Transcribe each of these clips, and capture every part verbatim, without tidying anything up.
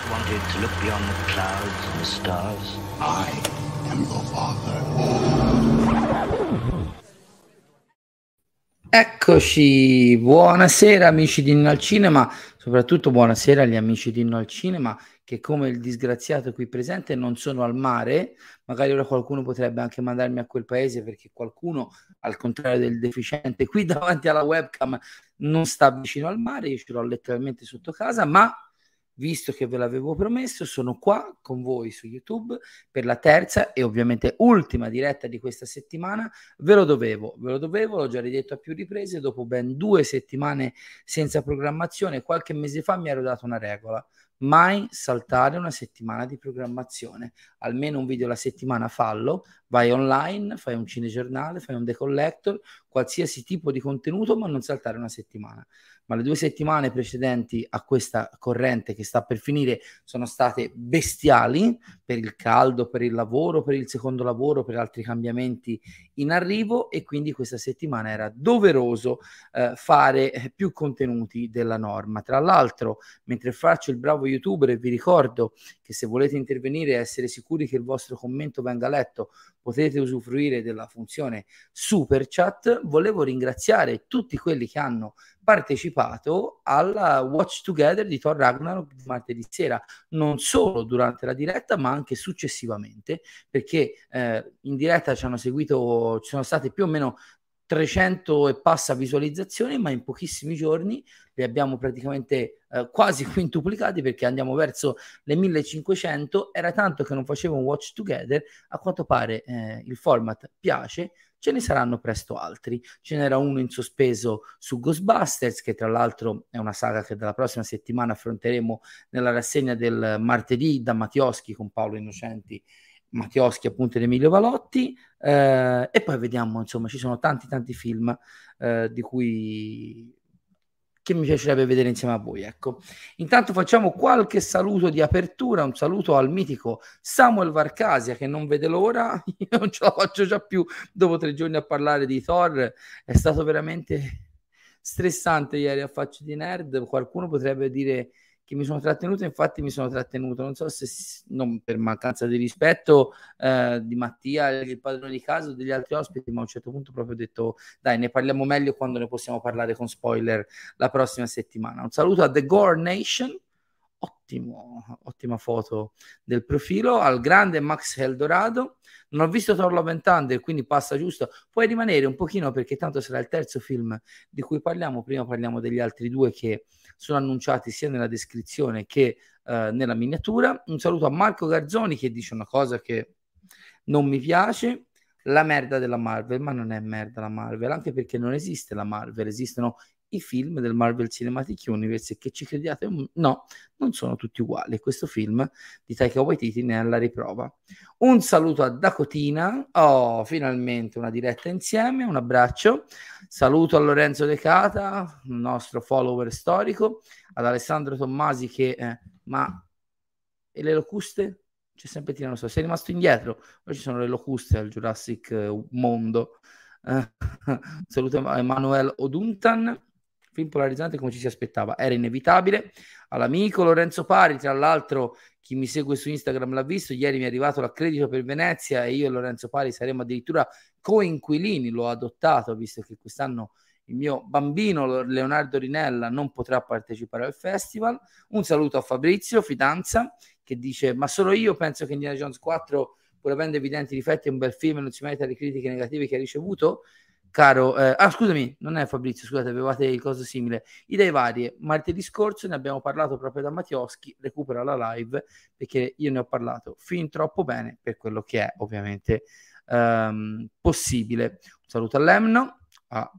wanted to look beyond the clouds and the stars. I am your father. Eccoci, buonasera amici di Inno al Cinema, soprattutto buonasera agli amici di Inno al Cinema che come il disgraziato qui presente non sono al mare. Magari ora qualcuno potrebbe anche mandarmi a quel paese perché qualcuno, al contrario del deficiente qui davanti alla webcam, non sta vicino al mare. Io ce l'ho letteralmente sotto casa, ma visto che ve l'avevo promesso, sono qua con voi su YouTube per la terza e ovviamente ultima diretta di questa settimana. Ve lo dovevo, ve lo dovevo, l'ho già ridetto a più riprese, dopo ben due settimane senza programmazione. Qualche mese fa mi ero dato una regola: mai saltare una settimana di programmazione, almeno un video alla settimana fallo, vai online, fai un cinegiornale, fai un The Collector, qualsiasi tipo di contenuto, ma non saltare una settimana. Ma le due settimane precedenti a questa corrente che sta per finire sono state bestiali per il caldo, per il lavoro, per il secondo lavoro, per altri cambiamenti in arrivo, e quindi questa settimana era doveroso eh, fare più contenuti della norma. Tra l'altro, mentre faccio il bravo youtuber, e vi ricordo che se volete intervenire e essere sicuri che il vostro commento venga letto, potete usufruire della funzione Super Chat, volevo ringraziare tutti quelli che hanno partecipato alla Watch Together di Thor Ragnarok di martedì sera, non solo durante la diretta ma anche successivamente, perché eh, in diretta ci hanno seguito, ci sono state più o meno trecento e passa visualizzazioni, ma in pochissimi giorni li abbiamo praticamente eh, quasi quintuplicati, perché andiamo verso le millecinquecento. Era tanto che non facevo un Watch Together, a quanto pare eh, il format piace. Ce ne saranno presto altri. Ce n'era uno in sospeso su Ghostbusters, che tra l'altro è una saga che dalla prossima settimana affronteremo nella rassegna del martedì da Mattioschi con Paolo Innocenti, Mattioschi appunto ed Emilio Valotti, eh, e poi vediamo, insomma ci sono tanti tanti film eh, di cui che mi piacerebbe vedere insieme a voi. Ecco, intanto facciamo qualche saluto di apertura, un saluto al mitico Samuel Varcasia che non vede l'ora. Io non ce la faccio già più dopo tre giorni a parlare di Thor, è stato veramente stressante ieri a Facce di Nerd. Qualcuno potrebbe dire che mi sono trattenuto, infatti mi sono trattenuto, non so se non per mancanza di rispetto eh, di Mattia, il padrone di casa o degli altri ospiti, ma a un certo punto proprio ho detto dai, ne parliamo meglio quando ne possiamo parlare con spoiler la prossima settimana. Un saluto a The Gore Nation, ottimo, ottima foto del profilo, al grande Max Eldorado. Non ho visto Thor Love and Thunder, quindi passa giusto, puoi rimanere un pochino perché tanto sarà il terzo film di cui parliamo. Prima parliamo degli altri due che sono annunciati sia nella descrizione che eh, nella miniatura. Un saluto a Marco Garzoni che dice una cosa che non mi piace: la merda della Marvel. Ma non è merda la Marvel, anche perché non esiste la Marvel, esistono i film del Marvel Cinematic Universe, e che ci crediate no, non sono tutti uguali. Questo film di Taika Waititi ne è alla riprova. Un saluto a Dakotina, oh, finalmente una diretta insieme, un abbraccio. Saluto a Lorenzo De Cata, il nostro follower storico, ad Alessandro Tommasi che eh, ma e le locuste? C'è sempre Tiranossauro, sei rimasto indietro, poi ci sono le locuste al Jurassic eh, mondo. Eh, saluto a Emanuele Oduntan. Film polarizzante come ci si aspettava, era inevitabile. All'amico Lorenzo Pari, tra l'altro chi mi segue su Instagram l'ha visto, ieri mi è arrivato l'accredito per Venezia e io e Lorenzo Pari saremo addirittura coinquilini, l'ho adottato visto che quest'anno il mio bambino Leonardo Rinella non potrà partecipare al festival. Un saluto a Fabrizio Fidanza che dice ma solo io penso che Indiana Jones quattro, pur avendo evidenti difetti, è un bel film e non si merita le critiche negative che ha ricevuto. Caro, eh, ah scusami, non è Fabrizio, scusate, avevate il coso simile. Idee varie, martedì scorso ne abbiamo parlato proprio da Mattioschi, recupera la live perché io ne ho parlato fin troppo bene per quello che è ovviamente um, possibile. Un saluto all'Emno, a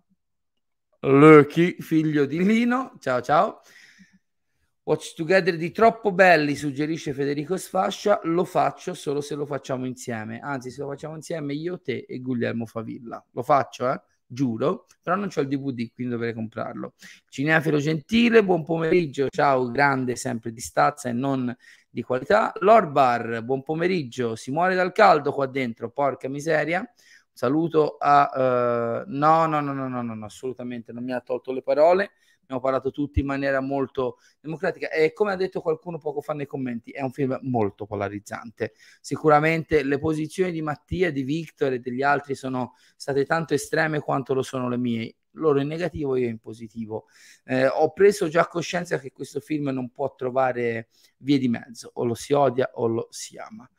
Lucky, figlio di Lino, ciao ciao. Watch Together di Troppo Belli, suggerisce Federico Sfascia. Lo faccio solo se lo facciamo insieme. Anzi, se lo facciamo insieme io, te e Guglielmo Favilla. Lo faccio, eh? Giuro. Però non c'ho il D V D, quindi dovrei comprarlo. Cineafilo Gentile, buon pomeriggio. Ciao, grande, sempre di stazza e non di qualità. Lord Bar, buon pomeriggio. Si muore dal caldo qua dentro, porca miseria. Saluto a... Uh, no, no, no, no, no, no, no, assolutamente non mi ha tolto le parole. abbiamo parlato tutti in maniera molto democratica e come ha detto qualcuno poco fa nei commenti è un film molto polarizzante. Sicuramente le posizioni di Mattia, di Victor e degli altri sono state tanto estreme quanto lo sono le mie, loro in negativo io in positivo. Eh, ho preso già coscienza che questo film non può trovare vie di mezzo, o lo si odia o lo si ama.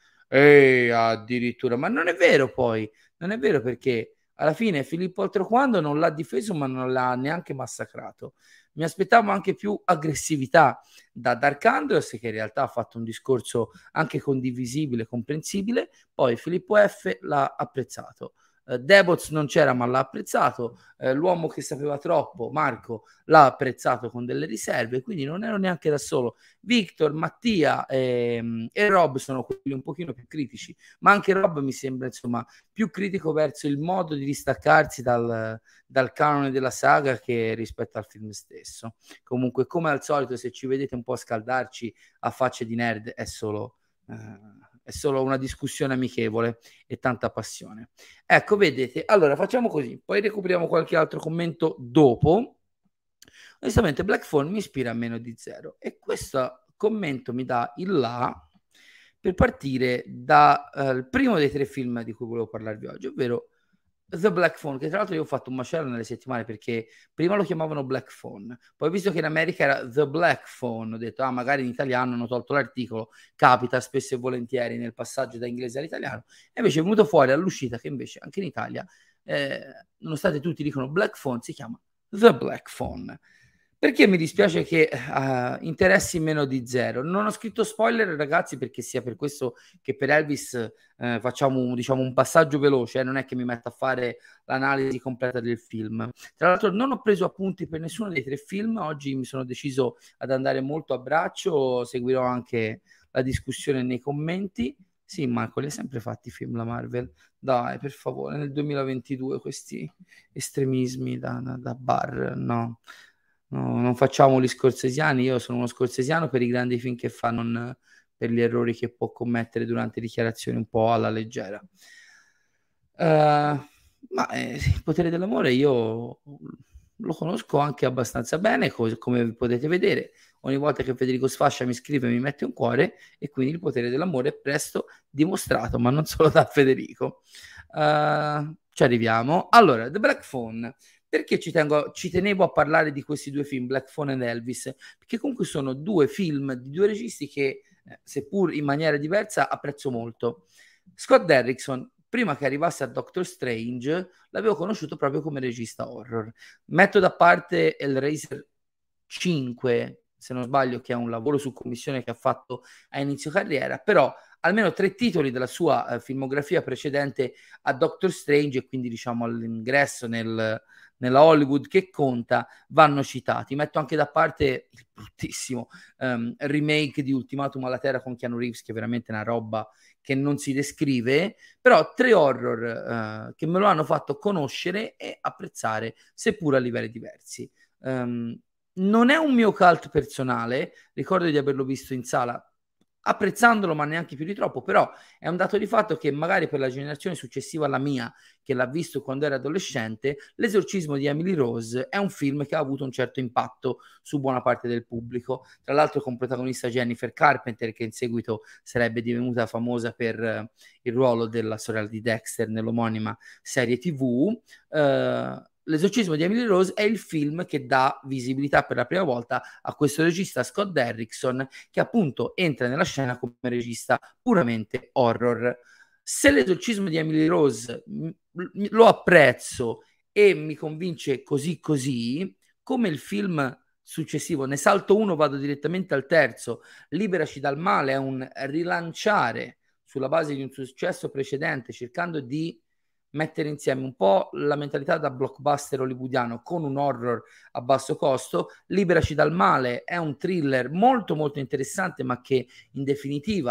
E addirittura, ma non è vero, poi non è vero, perché alla fine Filippo Oltrequando non l'ha difeso ma non l'ha neanche massacrato. Mi aspettavo anche più aggressività da Dark Andrews, che in realtà ha fatto un discorso anche condivisibile, comprensibile. Poi Filippo F l'ha apprezzato. Uh, Deboz non c'era ma l'ha apprezzato, uh, l'uomo che sapeva troppo, Marco, l'ha apprezzato con delle riserve, quindi non ero neanche da solo. Victor, Mattia e, e Rob sono quelli un pochino più critici, ma anche Rob mi sembra insomma più critico verso il modo di distaccarsi dal, dal canone della saga che rispetto al film stesso. Comunque, come al solito, se ci vedete un po' scaldarci a facce di nerd è solo... Uh, è solo una discussione amichevole e tanta passione. Ecco, vedete, allora facciamo così, poi recuperiamo qualche altro commento dopo. Onestamente Black Phone mi ispira a meno di zero e questo commento mi dà il là per partire dal uh, primo dei tre film di cui volevo parlarvi oggi, ovvero The Black Phone, che tra l'altro io ho fatto un macello nelle settimane perché prima lo chiamavano Black Phone, poi visto che in America era The Black Phone ho detto ah magari in italiano hanno tolto l'articolo, capita spesso e volentieri nel passaggio da inglese all'italiano, e invece è venuto fuori all'uscita che invece anche in Italia eh, nonostante tutti dicono Black Phone si chiama The Black Phone. Perché mi dispiace che uh, interessi meno di zero. Non ho scritto spoiler, ragazzi, perché sia per questo che per Elvis eh, facciamo un, diciamo, un passaggio veloce, eh, non è che mi metto a fare l'analisi completa del film. Tra l'altro non ho preso appunti per nessuno dei tre film, oggi mi sono deciso ad andare molto a braccio, seguirò anche la discussione nei commenti. Sì, Marco, li ha sempre fatti film la Marvel? Dai, per favore, nel duemilaventidue questi estremismi da, da, da bar, no. No, non facciamo gli scorsesiani, io sono uno scorsesiano per i grandi film che fa, non per gli errori che può commettere durante dichiarazioni un po' alla leggera. Uh, ma eh, il potere dell'amore io lo conosco anche abbastanza bene, co- come potete vedere. Ogni volta che Federico Sfascia mi scrive mi mette un cuore e quindi il potere dell'amore è presto dimostrato, ma non solo da Federico. Uh, ci arriviamo. Allora, The Black Phone. Perché ci, tengo, ci tenevo a parlare di questi due film, Black Phone ed Elvis? Perché comunque sono due film di due registi che, eh, seppur in maniera diversa, apprezzo molto. Scott Derrickson, prima che arrivasse a Doctor Strange, l'avevo conosciuto proprio come regista horror. Metto da parte Hellraiser cinque, se non sbaglio, che è un lavoro su commissione che ha fatto a inizio carriera, però almeno tre titoli della sua eh, filmografia precedente a Doctor Strange e quindi diciamo all'ingresso nel, nella Hollywood che conta vanno citati. Metto anche da parte il bruttissimo um, remake di Ultimatum alla Terra con Keanu Reeves, che è veramente una roba che non si descrive, però tre horror uh, che me lo hanno fatto conoscere e apprezzare, seppur a livelli diversi. Um, non è un mio cult personale, ricordo di averlo visto in sala apprezzandolo ma neanche più di troppo, però è un dato di fatto che magari per la generazione successiva alla mia, che l'ha visto quando era adolescente, L'esorcismo di Emily Rose è un film che ha avuto un certo impatto su buona parte del pubblico, tra l'altro con protagonista Jennifer Carpenter, che in seguito sarebbe divenuta famosa per uh, il ruolo della sorella di Dexter nell'omonima serie tivù. uh, L'esorcismo di Emily Rose è il film che dà visibilità per la prima volta a questo regista Scott Derrickson, che appunto entra nella scena come regista puramente horror. Se l'esorcismo di Emily Rose m- lo apprezzo e mi convince così così, come il film successivo, ne salto uno, vado direttamente al terzo, Liberaci dal male, è un rilanciare sulla base di un successo precedente, cercando di mettere insieme un po' la mentalità da blockbuster hollywoodiano con un horror a basso costo. Liberaci dal male è un thriller molto molto interessante, ma che in definitiva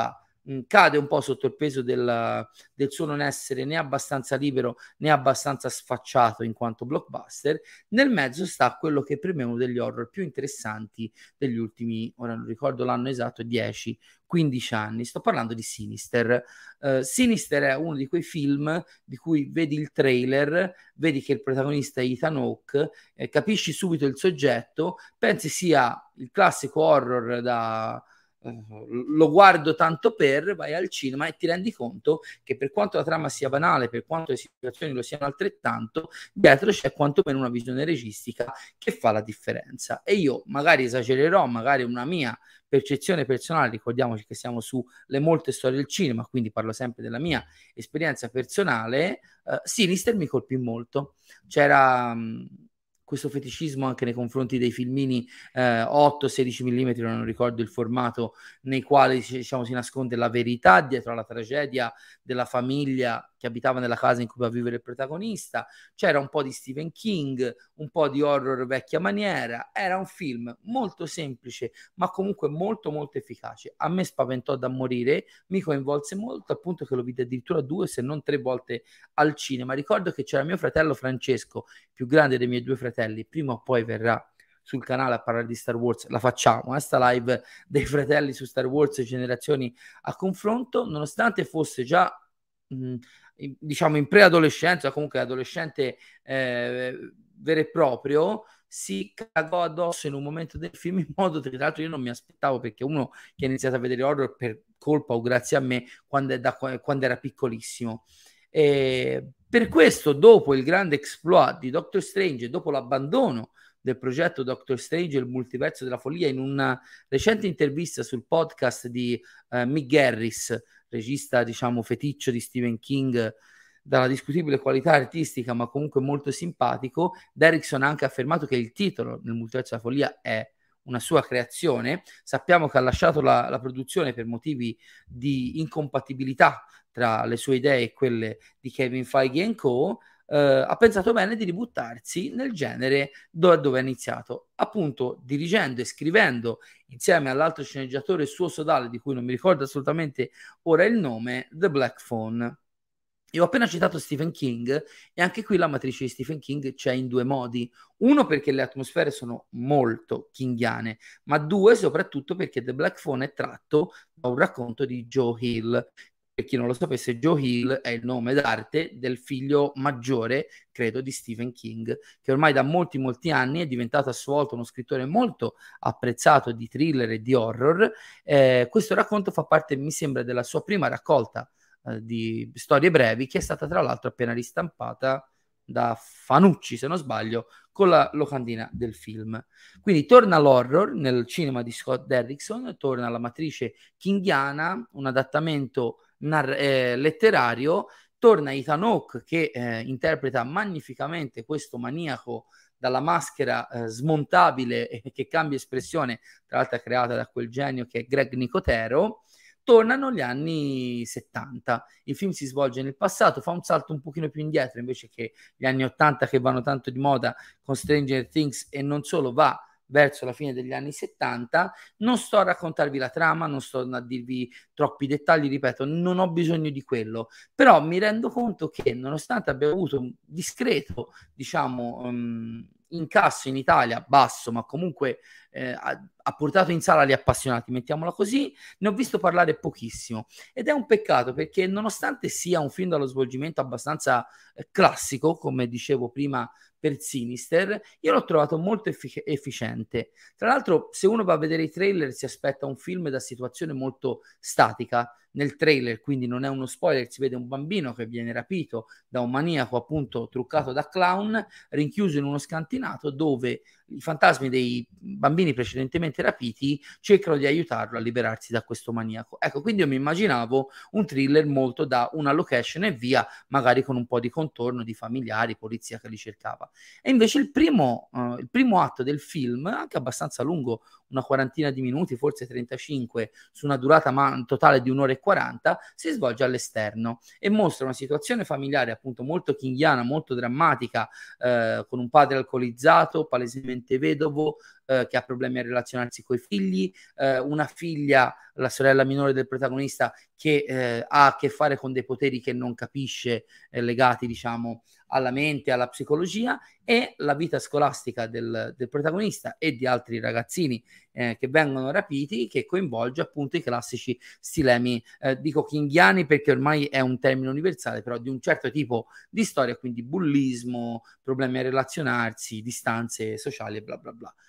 mh, cade un po' sotto il peso del, del suo non essere né abbastanza libero né abbastanza sfacciato in quanto blockbuster. Nel mezzo sta quello che per me è uno degli horror più interessanti degli ultimi, ora non ricordo l'anno esatto, dieci quindici anni. Sto parlando di Sinister. Uh, Sinister è uno di quei film di cui vedi il trailer, vedi che il protagonista è Ethan Hawke, eh, capisci subito il soggetto, pensi sia il classico horror da uh, lo guardo tanto per, vai al cinema e ti rendi conto che per quanto la trama sia banale, per quanto le situazioni lo siano altrettanto, dietro c'è quantomeno una visione registica che fa la differenza. E io magari esagererò, magari una mia percezione personale, ricordiamoci che siamo sulle molte storie del cinema, quindi parlo sempre della mia esperienza personale. uh, Sinister mi colpì molto, c'era mh, questo feticismo anche nei confronti dei filmini eh, otto sedici millimetri, non ricordo il formato, nei quali diciamo, si nasconde la verità dietro alla tragedia della famiglia che abitava nella casa in cui va a vivere il protagonista. C'era un po' di Stephen King, un po' di horror vecchia maniera. Era un film molto semplice ma comunque molto molto efficace. A me spaventò da morire, mi coinvolse molto, al punto che lo vidi addirittura due se non tre volte al cinema. Ricordo che c'era mio fratello Francesco, più grande dei miei due fratelli, prima o poi verrà sul canale a parlare di Star Wars, la facciamo, eh, sta live dei fratelli su Star Wars, generazioni a confronto, nonostante fosse già mh, diciamo in preadolescenza, comunque adolescente eh, vero e proprio, si cagò addosso in un momento del film in modo che tra l'altro io non mi aspettavo, perché uno che ha iniziato a vedere horror per colpa o grazie a me quando, è da, quando era piccolissimo. E per questo, dopo il grande exploit di Doctor Strange e dopo l'abbandono del progetto Doctor Strange e il multiverso della follia, in una recente intervista sul podcast di uh, Mick Garris, regista diciamo feticcio di Stephen King dalla discutibile qualità artistica ma comunque molto simpatico, Derrickson ha anche affermato che il titolo nel multiverso della follia è una sua creazione. Sappiamo che ha lasciato la, la produzione per motivi di incompatibilità tra le sue idee e quelle di Kevin Feige and Co. Uh, ha pensato bene di ributtarsi nel genere dove, dove ha iniziato, appunto dirigendo e scrivendo insieme all'altro sceneggiatore suo sodale, di cui non mi ricordo assolutamente ora il nome, The Black Phone. Io ho appena citato Stephen King e anche qui la matrice di Stephen King c'è in due modi. Uno, perché le atmosfere sono molto kingiane, ma due, soprattutto perché The Black Phone è tratto da un racconto di Joe Hill. Per chi non lo sapesse, Joe Hill è il nome d'arte del figlio maggiore, credo, di Stephen King, che ormai da molti molti anni è diventato a sua volta uno scrittore molto apprezzato di thriller e di horror. Eh, questo racconto fa parte, mi sembra, della sua prima raccolta eh, di storie brevi, che è stata tra l'altro appena ristampata da Fanucci, se non sbaglio, con la locandina del film. Quindi torna l'horror nel cinema di Scott Derrickson, torna la matrice kingiana, un adattamento Nar- eh, letterario, torna Ethan Hawke che eh, interpreta magnificamente questo maniaco dalla maschera eh, smontabile e che cambia espressione, tra l'altro creata da quel genio che è Greg Nicotero. Tornano gli anni settanta, il film si svolge nel passato, fa un salto un pochino più indietro invece che gli anni ottanta che vanno tanto di moda con Stranger Things, e non solo, va verso la fine degli anni settanta. Non sto a raccontarvi la trama, non sto a dirvi troppi dettagli, ripeto, non ho bisogno di quello, però mi rendo conto che nonostante abbia avuto un discreto, diciamo, um, incasso in Italia, basso, ma comunque eh, ha, ha portato in sala gli appassionati, mettiamola così, ne ho visto parlare pochissimo, ed è un peccato perché nonostante sia un film dallo svolgimento abbastanza eh, classico, come dicevo prima per Sinister, io l'ho trovato molto effic- efficiente. Tra l'altro, se uno va a vedere i trailer si aspetta un film da situazione molto statica. Nel trailer, quindi non è uno spoiler, si vede un bambino che viene rapito da un maniaco appunto truccato da clown, rinchiuso in uno scantinato dove i fantasmi dei bambini precedentemente rapiti cercano di aiutarlo a liberarsi da questo maniaco. Ecco, quindi io mi immaginavo un thriller molto da una location e via, magari con un po' di contorno di familiari, polizia che li cercava. E invece il primo, uh, il primo atto del film, anche abbastanza lungo, una quarantina di minuti, forse trentacinque, su una durata ma- totale di un'ora e quaranta, si svolge all'esterno e mostra una situazione familiare appunto molto kingiana, molto drammatica, eh, con un padre alcolizzato, palesemente vedovo, eh, che ha problemi a relazionarsi coi figli, eh, una figlia, la sorella minore del protagonista, che eh, ha a che fare con dei poteri che non capisce, eh, legati, diciamo, alla mente, alla psicologia, e la vita scolastica del, del protagonista e di altri ragazzini eh, che vengono rapiti, che coinvolge appunto i classici stilemi, eh, dico kinghiani perché ormai è un termine universale, però di un certo tipo di storia, quindi bullismo, problemi a relazionarsi, distanze sociali e bla bla bla.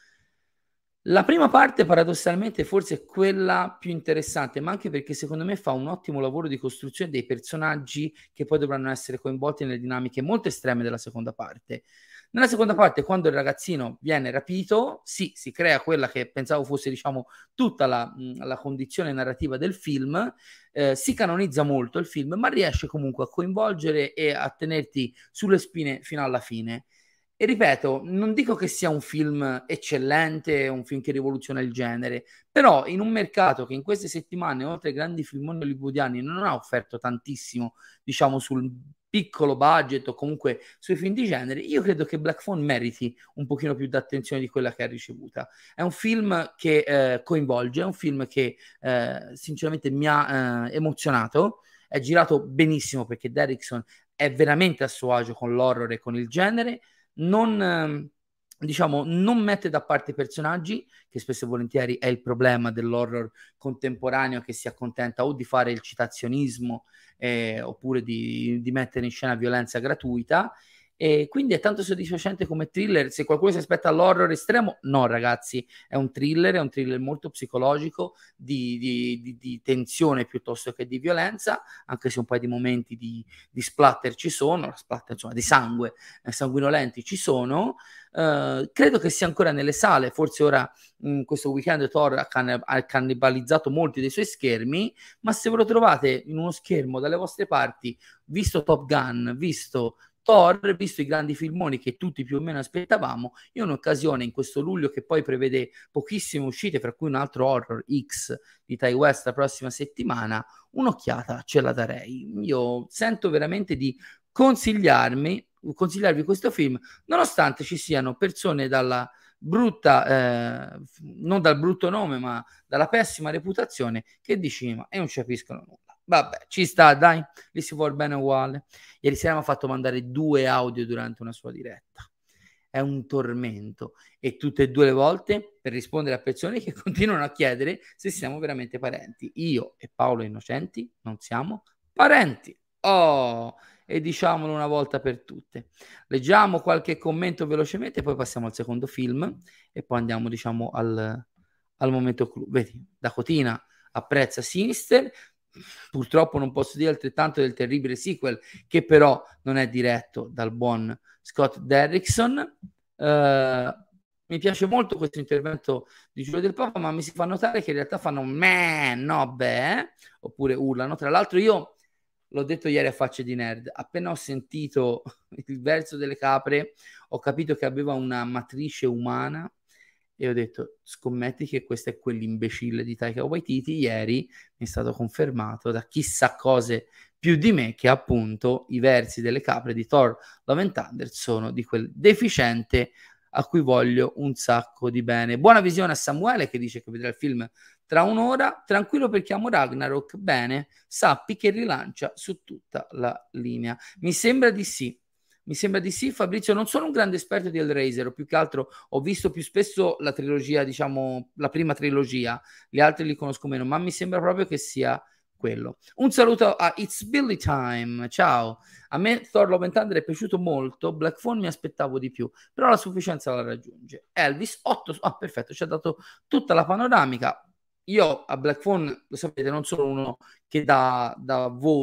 La prima parte paradossalmente forse è quella più interessante, ma anche perché secondo me fa un ottimo lavoro di costruzione dei personaggi che poi dovranno essere coinvolti nelle dinamiche molto estreme della seconda parte. Nella seconda parte, quando il ragazzino viene rapito, sì, si crea quella che pensavo fosse, diciamo, tutta la, la condizione narrativa del film, eh, si canonizza molto il film, ma riesce comunque a coinvolgere e a tenerti sulle spine fino alla fine. E ripeto, non dico che sia un film eccellente, un film che rivoluziona il genere, però in un mercato che in queste settimane, oltre ai grandi filmoni hollywoodiani, non ha offerto tantissimo, diciamo, sul piccolo budget o comunque sui film di genere, io credo che Black Phone meriti un pochino più d'attenzione di quella che ha ricevuta. È un film che eh, coinvolge, è un film che eh, sinceramente mi ha eh, emozionato, è girato benissimo perché Derrickson è veramente a suo agio con l'horror e con il genere, non, diciamo, non mette da parte i personaggi, che spesso e volentieri è il problema dell'horror contemporaneo, che si accontenta o di fare il citazionismo eh, oppure di, di mettere in scena violenza gratuita. E quindi è tanto soddisfacente come thriller. Se qualcuno si aspetta l'horror estremo, no ragazzi, è un thriller, è un thriller molto psicologico, di, di, di, di tensione piuttosto che di violenza, anche se un paio di momenti di, di splatter ci sono, splatter, insomma, di sangue, eh, sanguinolenti ci sono. Uh, credo che sia ancora nelle sale, forse ora in questo weekend Thor ha, can- ha cannibalizzato molti dei suoi schermi, ma se ve lo trovate in uno schermo dalle vostre parti, visto Top Gun, visto Thor, visto i grandi filmoni che tutti più o meno aspettavamo, io ho un'occasione in questo luglio che poi prevede pochissime uscite, fra cui un altro Horror X di Ty West la prossima settimana, un'occhiata ce la darei. Io sento veramente di consigliarmi consigliarvi questo film, nonostante ci siano persone dalla brutta, eh, non dal brutto nome, ma dalla pessima reputazione, che di cinema e non ci capiscono nulla. Vabbè, ci sta, dai, lì si vuole bene uguale. Ieri sera mi ha fatto mandare due audio durante una sua diretta. È un tormento, e tutte e due le volte per rispondere a persone che continuano a chiedere se siamo veramente parenti. Io e Paolo Innocenti non siamo parenti. Oh, e diciamolo una volta per tutte. Leggiamo qualche commento velocemente, poi passiamo al secondo film e poi andiamo, diciamo, al, al momento clou. Vedi, Dakotina apprezza Sinister. Purtroppo non posso dire altrettanto del terribile sequel, che però non è diretto dal buon Scott Derrickson. Uh, mi piace molto questo intervento di Giulio Del Papa, ma mi si fa notare che in realtà fanno meh, no beh, oppure urlano. Tra l'altro io l'ho detto ieri a Facce di Nerd, appena ho sentito il verso delle capre ho capito che aveva una matrice umana e ho detto, scommetti che questo è quell'imbecille di Taika Waititi. Ieri mi è stato confermato da chissà cose più di me che appunto i versi delle capre di Thor Love and Thunder sono di quel deficiente a cui voglio un sacco di bene. Buona visione a Samuele, che dice che vedrà il film tra un'ora. Tranquillo perché amo Ragnarok. Bene, sappi che rilancia su tutta la linea. Mi sembra di sì. Mi sembra di sì, Fabrizio. Non sono un grande esperto di Hellraiser, o più che altro ho visto più spesso la trilogia, diciamo, la prima trilogia. Gli altri li conosco meno, ma mi sembra proprio che sia quello. Un saluto a It's Billy Time. Ciao. A me Thor Love and Thunder è piaciuto molto. Black Phone mi aspettavo di più, però la sufficienza la raggiunge. Elvis otto. Ah, perfetto, ci ha dato tutta la panoramica. Io a Black Phone, lo sapete, non sono uno che dà, dà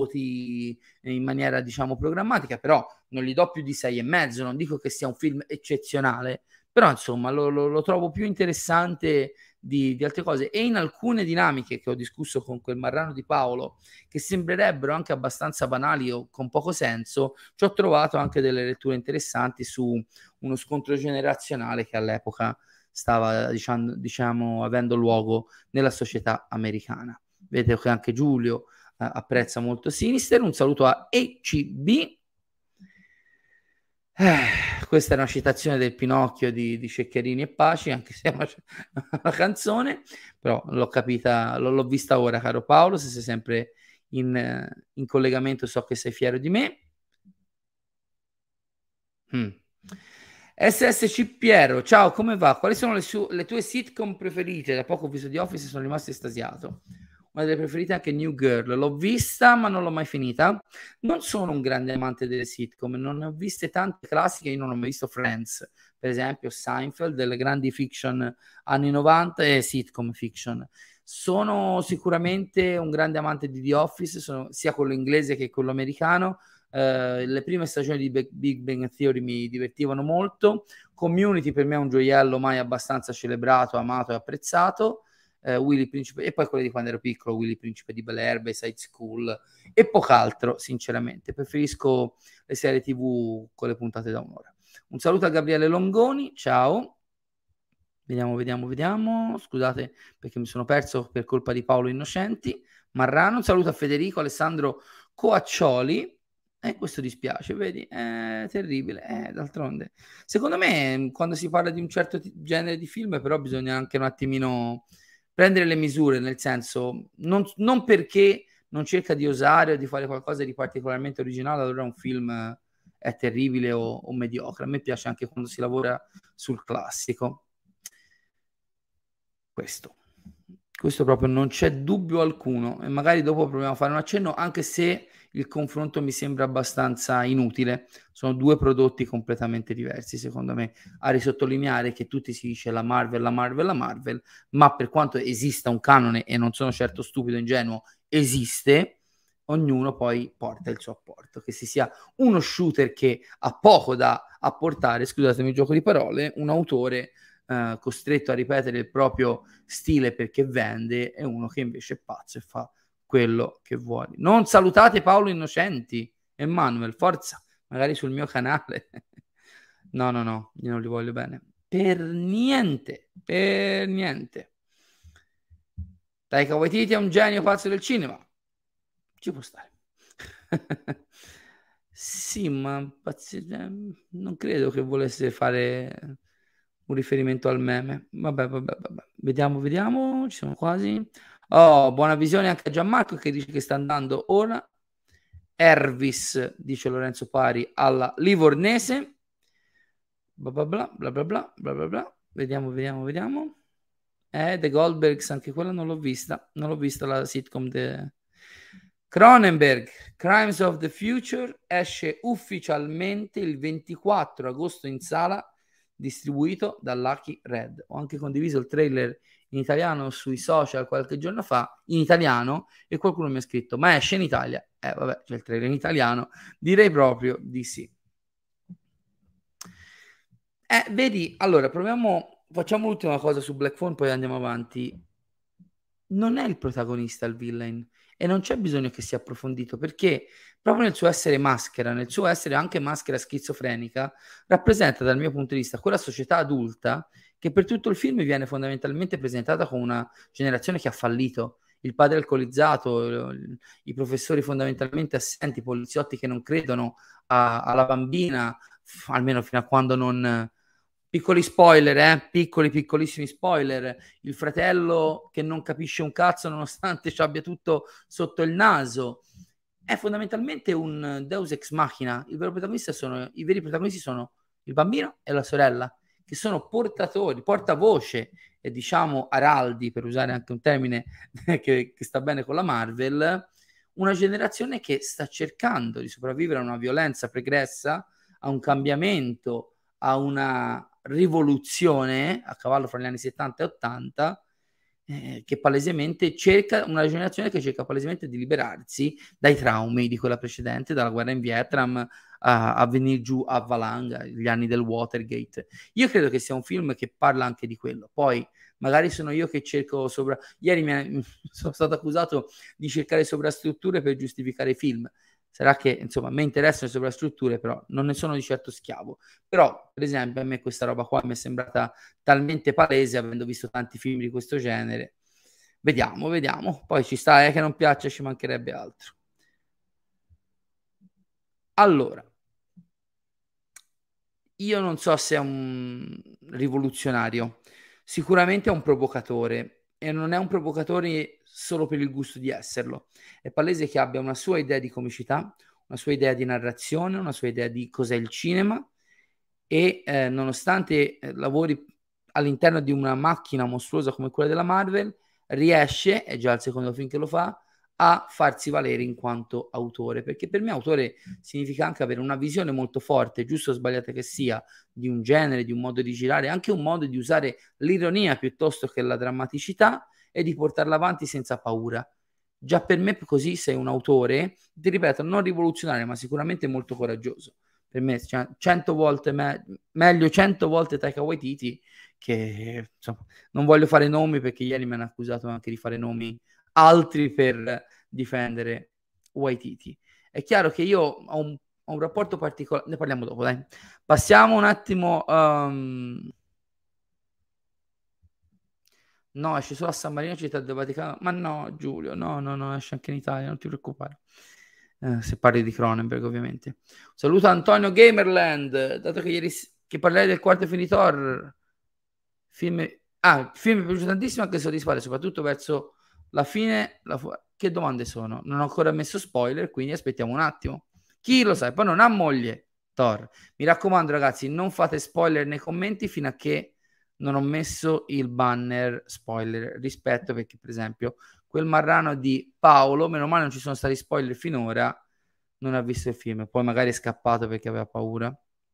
voti in maniera, diciamo, programmatica, però non gli do più di sei e mezzo. Non dico che sia un film eccezionale, però insomma lo, lo, lo trovo più interessante di, di altre cose. E in alcune dinamiche che ho discusso con quel marrano di Paolo, che sembrerebbero anche abbastanza banali o con poco senso, ci ho trovato anche delle letture interessanti su uno scontro generazionale che all'epoca stava, diciamo, diciamo avendo luogo nella società americana. Vedo che anche Giulio eh, apprezza molto Sinister. Un saluto a E C B. Eh, questa è una citazione del Pinocchio di, di Ceccherini e Paci, anche se è una, una canzone, però l'ho capita, l'ho, l'ho vista ora, caro Paolo, se sei sempre in, in collegamento so che sei fiero di me. Mm. S S C Piero, ciao, come va? Quali sono le, su- le tue sitcom preferite? Da poco ho visto The Office e sono rimasto estasiato. Una delle preferite è anche New Girl. L'ho vista, ma non l'ho mai finita. Non sono un grande amante delle sitcom, non ne ho viste tante classiche. Io non ho mai visto Friends, per esempio, Seinfeld, delle grandi fiction anni novanta e sitcom fiction. Sono sicuramente un grande amante di The Office, sono sia quello inglese che quello americano. Uh, le prime stagioni di Big, Big Bang Theory mi divertivano molto. Community per me è un gioiello mai abbastanza celebrato, amato e apprezzato. Uh, Willy Principe, e poi quelle di quando ero piccolo, Willy Principe di Bel-Air, Bayside School e poch'altro, sinceramente. Preferisco le serie tivù con le puntate da un'ora. Un saluto a Gabriele Longoni, ciao. Vediamo, vediamo, vediamo. Scusate perché mi sono perso per colpa di Paolo Innocenti. Marrano, un saluto a Federico Alessandro Coaccioli. E eh, questo dispiace, vedi? È terribile. Eh, d'altronde, secondo me, quando si parla di un certo t- genere di film, però bisogna anche un attimino prendere le misure, nel senso, non, non perché non cerca di osare o di fare qualcosa di particolarmente originale, allora un film è terribile o, o mediocre. A me piace anche quando si lavora sul classico. Questo. Questo proprio non c'è dubbio alcuno e magari dopo proviamo a fare un accenno, anche se il confronto mi sembra abbastanza inutile. Sono due prodotti completamente diversi, secondo me, a risottolineare che tutti si dice la Marvel, la Marvel, la Marvel, ma per quanto esista un canone, e non sono certo stupido, ingenuo, esiste, ognuno poi porta il suo apporto, che si sia uno shooter che ha poco da apportare, scusatemi il gioco di parole, un autore Uh, costretto a ripetere il proprio stile perché vende, e uno che invece è pazzo e fa quello che vuole. Non salutate Paolo Innocenti e Manuel, forza, magari sul mio canale. No, no, no, io non li voglio bene. Per niente, per niente. Taika Waititi è un genio pazzo del cinema. Ci può stare. Sì, ma pazzi... non credo che volesse fare un riferimento al meme. Vabbè, vabbè, vabbè. Vediamo, vediamo. Ci siamo quasi. Oh, buona visione anche a Gianmarco che dice che sta andando ora. Ervis, dice Lorenzo Pari, alla Livornese. Bla bla bla bla bla bla bla bla bla. Vediamo, vediamo, vediamo. Eh, The Goldbergs, anche quella non l'ho vista. Non l'ho vista la sitcom de... Cronenberg, Crimes of the Future, esce ufficialmente il ventiquattro agosto in sala, distribuito da Lucky Red. Ho anche condiviso il trailer in italiano sui social qualche giorno fa, in italiano, e qualcuno mi ha scritto, ma esce in Italia? Eh vabbè, c'è il trailer in italiano, direi proprio di sì. Eh, vedi, allora proviamo, facciamo l'ultima cosa su Black Phone, poi andiamo avanti. Non è il protagonista il villain e non c'è bisogno che sia approfondito, perché proprio nel suo essere maschera, nel suo essere anche maschera schizofrenica, rappresenta dal mio punto di vista quella società adulta che per tutto il film viene fondamentalmente presentata come una generazione che ha fallito. Il padre alcolizzato, i professori fondamentalmente assenti, i poliziotti che non credono a, alla bambina, almeno fino a quando non... Piccoli spoiler, eh? Piccoli, piccolissimi spoiler. Il fratello che non capisce un cazzo nonostante ci abbia tutto sotto il naso. È fondamentalmente un Deus ex machina. Il vero protagonista sono, i veri protagonisti sono il bambino e la sorella, che sono portatori, portavoce e diciamo araldi, per usare anche un termine che, che sta bene con la Marvel, una generazione che sta cercando di sopravvivere a una violenza pregressa, a un cambiamento, a una rivoluzione a cavallo fra gli anni settanta e ottanta, eh, che palesemente cerca, una generazione che cerca palesemente di liberarsi dai traumi di quella precedente, dalla guerra in Vietnam a, a venire giù a valanga, gli anni del Watergate. Io credo che sia un film che parla anche di quello. Poi magari sono io che cerco sopra... Ieri mi sono stato accusato di cercare sovrastrutture per giustificare i film. Sarà che, insomma, a me interessano le sovrastrutture, però non ne sono di certo schiavo. Però, per esempio, a me questa roba qua mi è sembrata talmente palese, avendo visto tanti film di questo genere. Vediamo, vediamo. Poi ci sta, eh, che non piaccia, ci mancherebbe altro. Allora, io non so se è un rivoluzionario, sicuramente è un provocatore e non è un provocatore solo per il gusto di esserlo. È palese che abbia una sua idea di comicità, una sua idea di narrazione, una sua idea di cos'è il cinema e eh, nonostante eh, lavori all'interno di una macchina mostruosa come quella della Marvel, riesce, è già il secondo film che lo fa, a farsi valere in quanto autore, perché per me autore significa anche avere una visione molto forte, giusto o sbagliata che sia, di un genere, di un modo di girare, anche un modo di usare l'ironia piuttosto che la drammaticità e di portarla avanti senza paura. Già per me così sei un autore, ti ripeto, non rivoluzionario, ma sicuramente molto coraggioso. Per me cioè, cento volte me- meglio cento volte Taika Waititi che insomma, non voglio fare nomi perché ieri mi hanno accusato anche di fare nomi altri per difendere Waititi. È chiaro che io ho un, ho un rapporto particolare, ne parliamo dopo, dai. Passiamo un attimo. Um... No, esce solo a San Marino, Città del Vaticano. Ma no, Giulio, no, no, no, esce anche in Italia, non ti preoccupare. Eh, se parli di Cronenberg, ovviamente. Saluto Antonio Gamerland, dato che ieri che parlai del quarto film di Thor, film... Ah, il film mi è piaciuto tantissimo, anche soddisfatto, soprattutto verso la fine. La fu... Che domande sono? Non ho ancora messo spoiler, quindi aspettiamo un attimo. Chi lo sa? Poi non ha moglie, Thor. Mi raccomando, ragazzi, non fate spoiler nei commenti fino a che non ho messo il banner spoiler rispetto, perché per esempio quel marrano di Paolo, meno male non ci sono stati spoiler finora, non ha visto il film, poi magari è scappato perché aveva paura.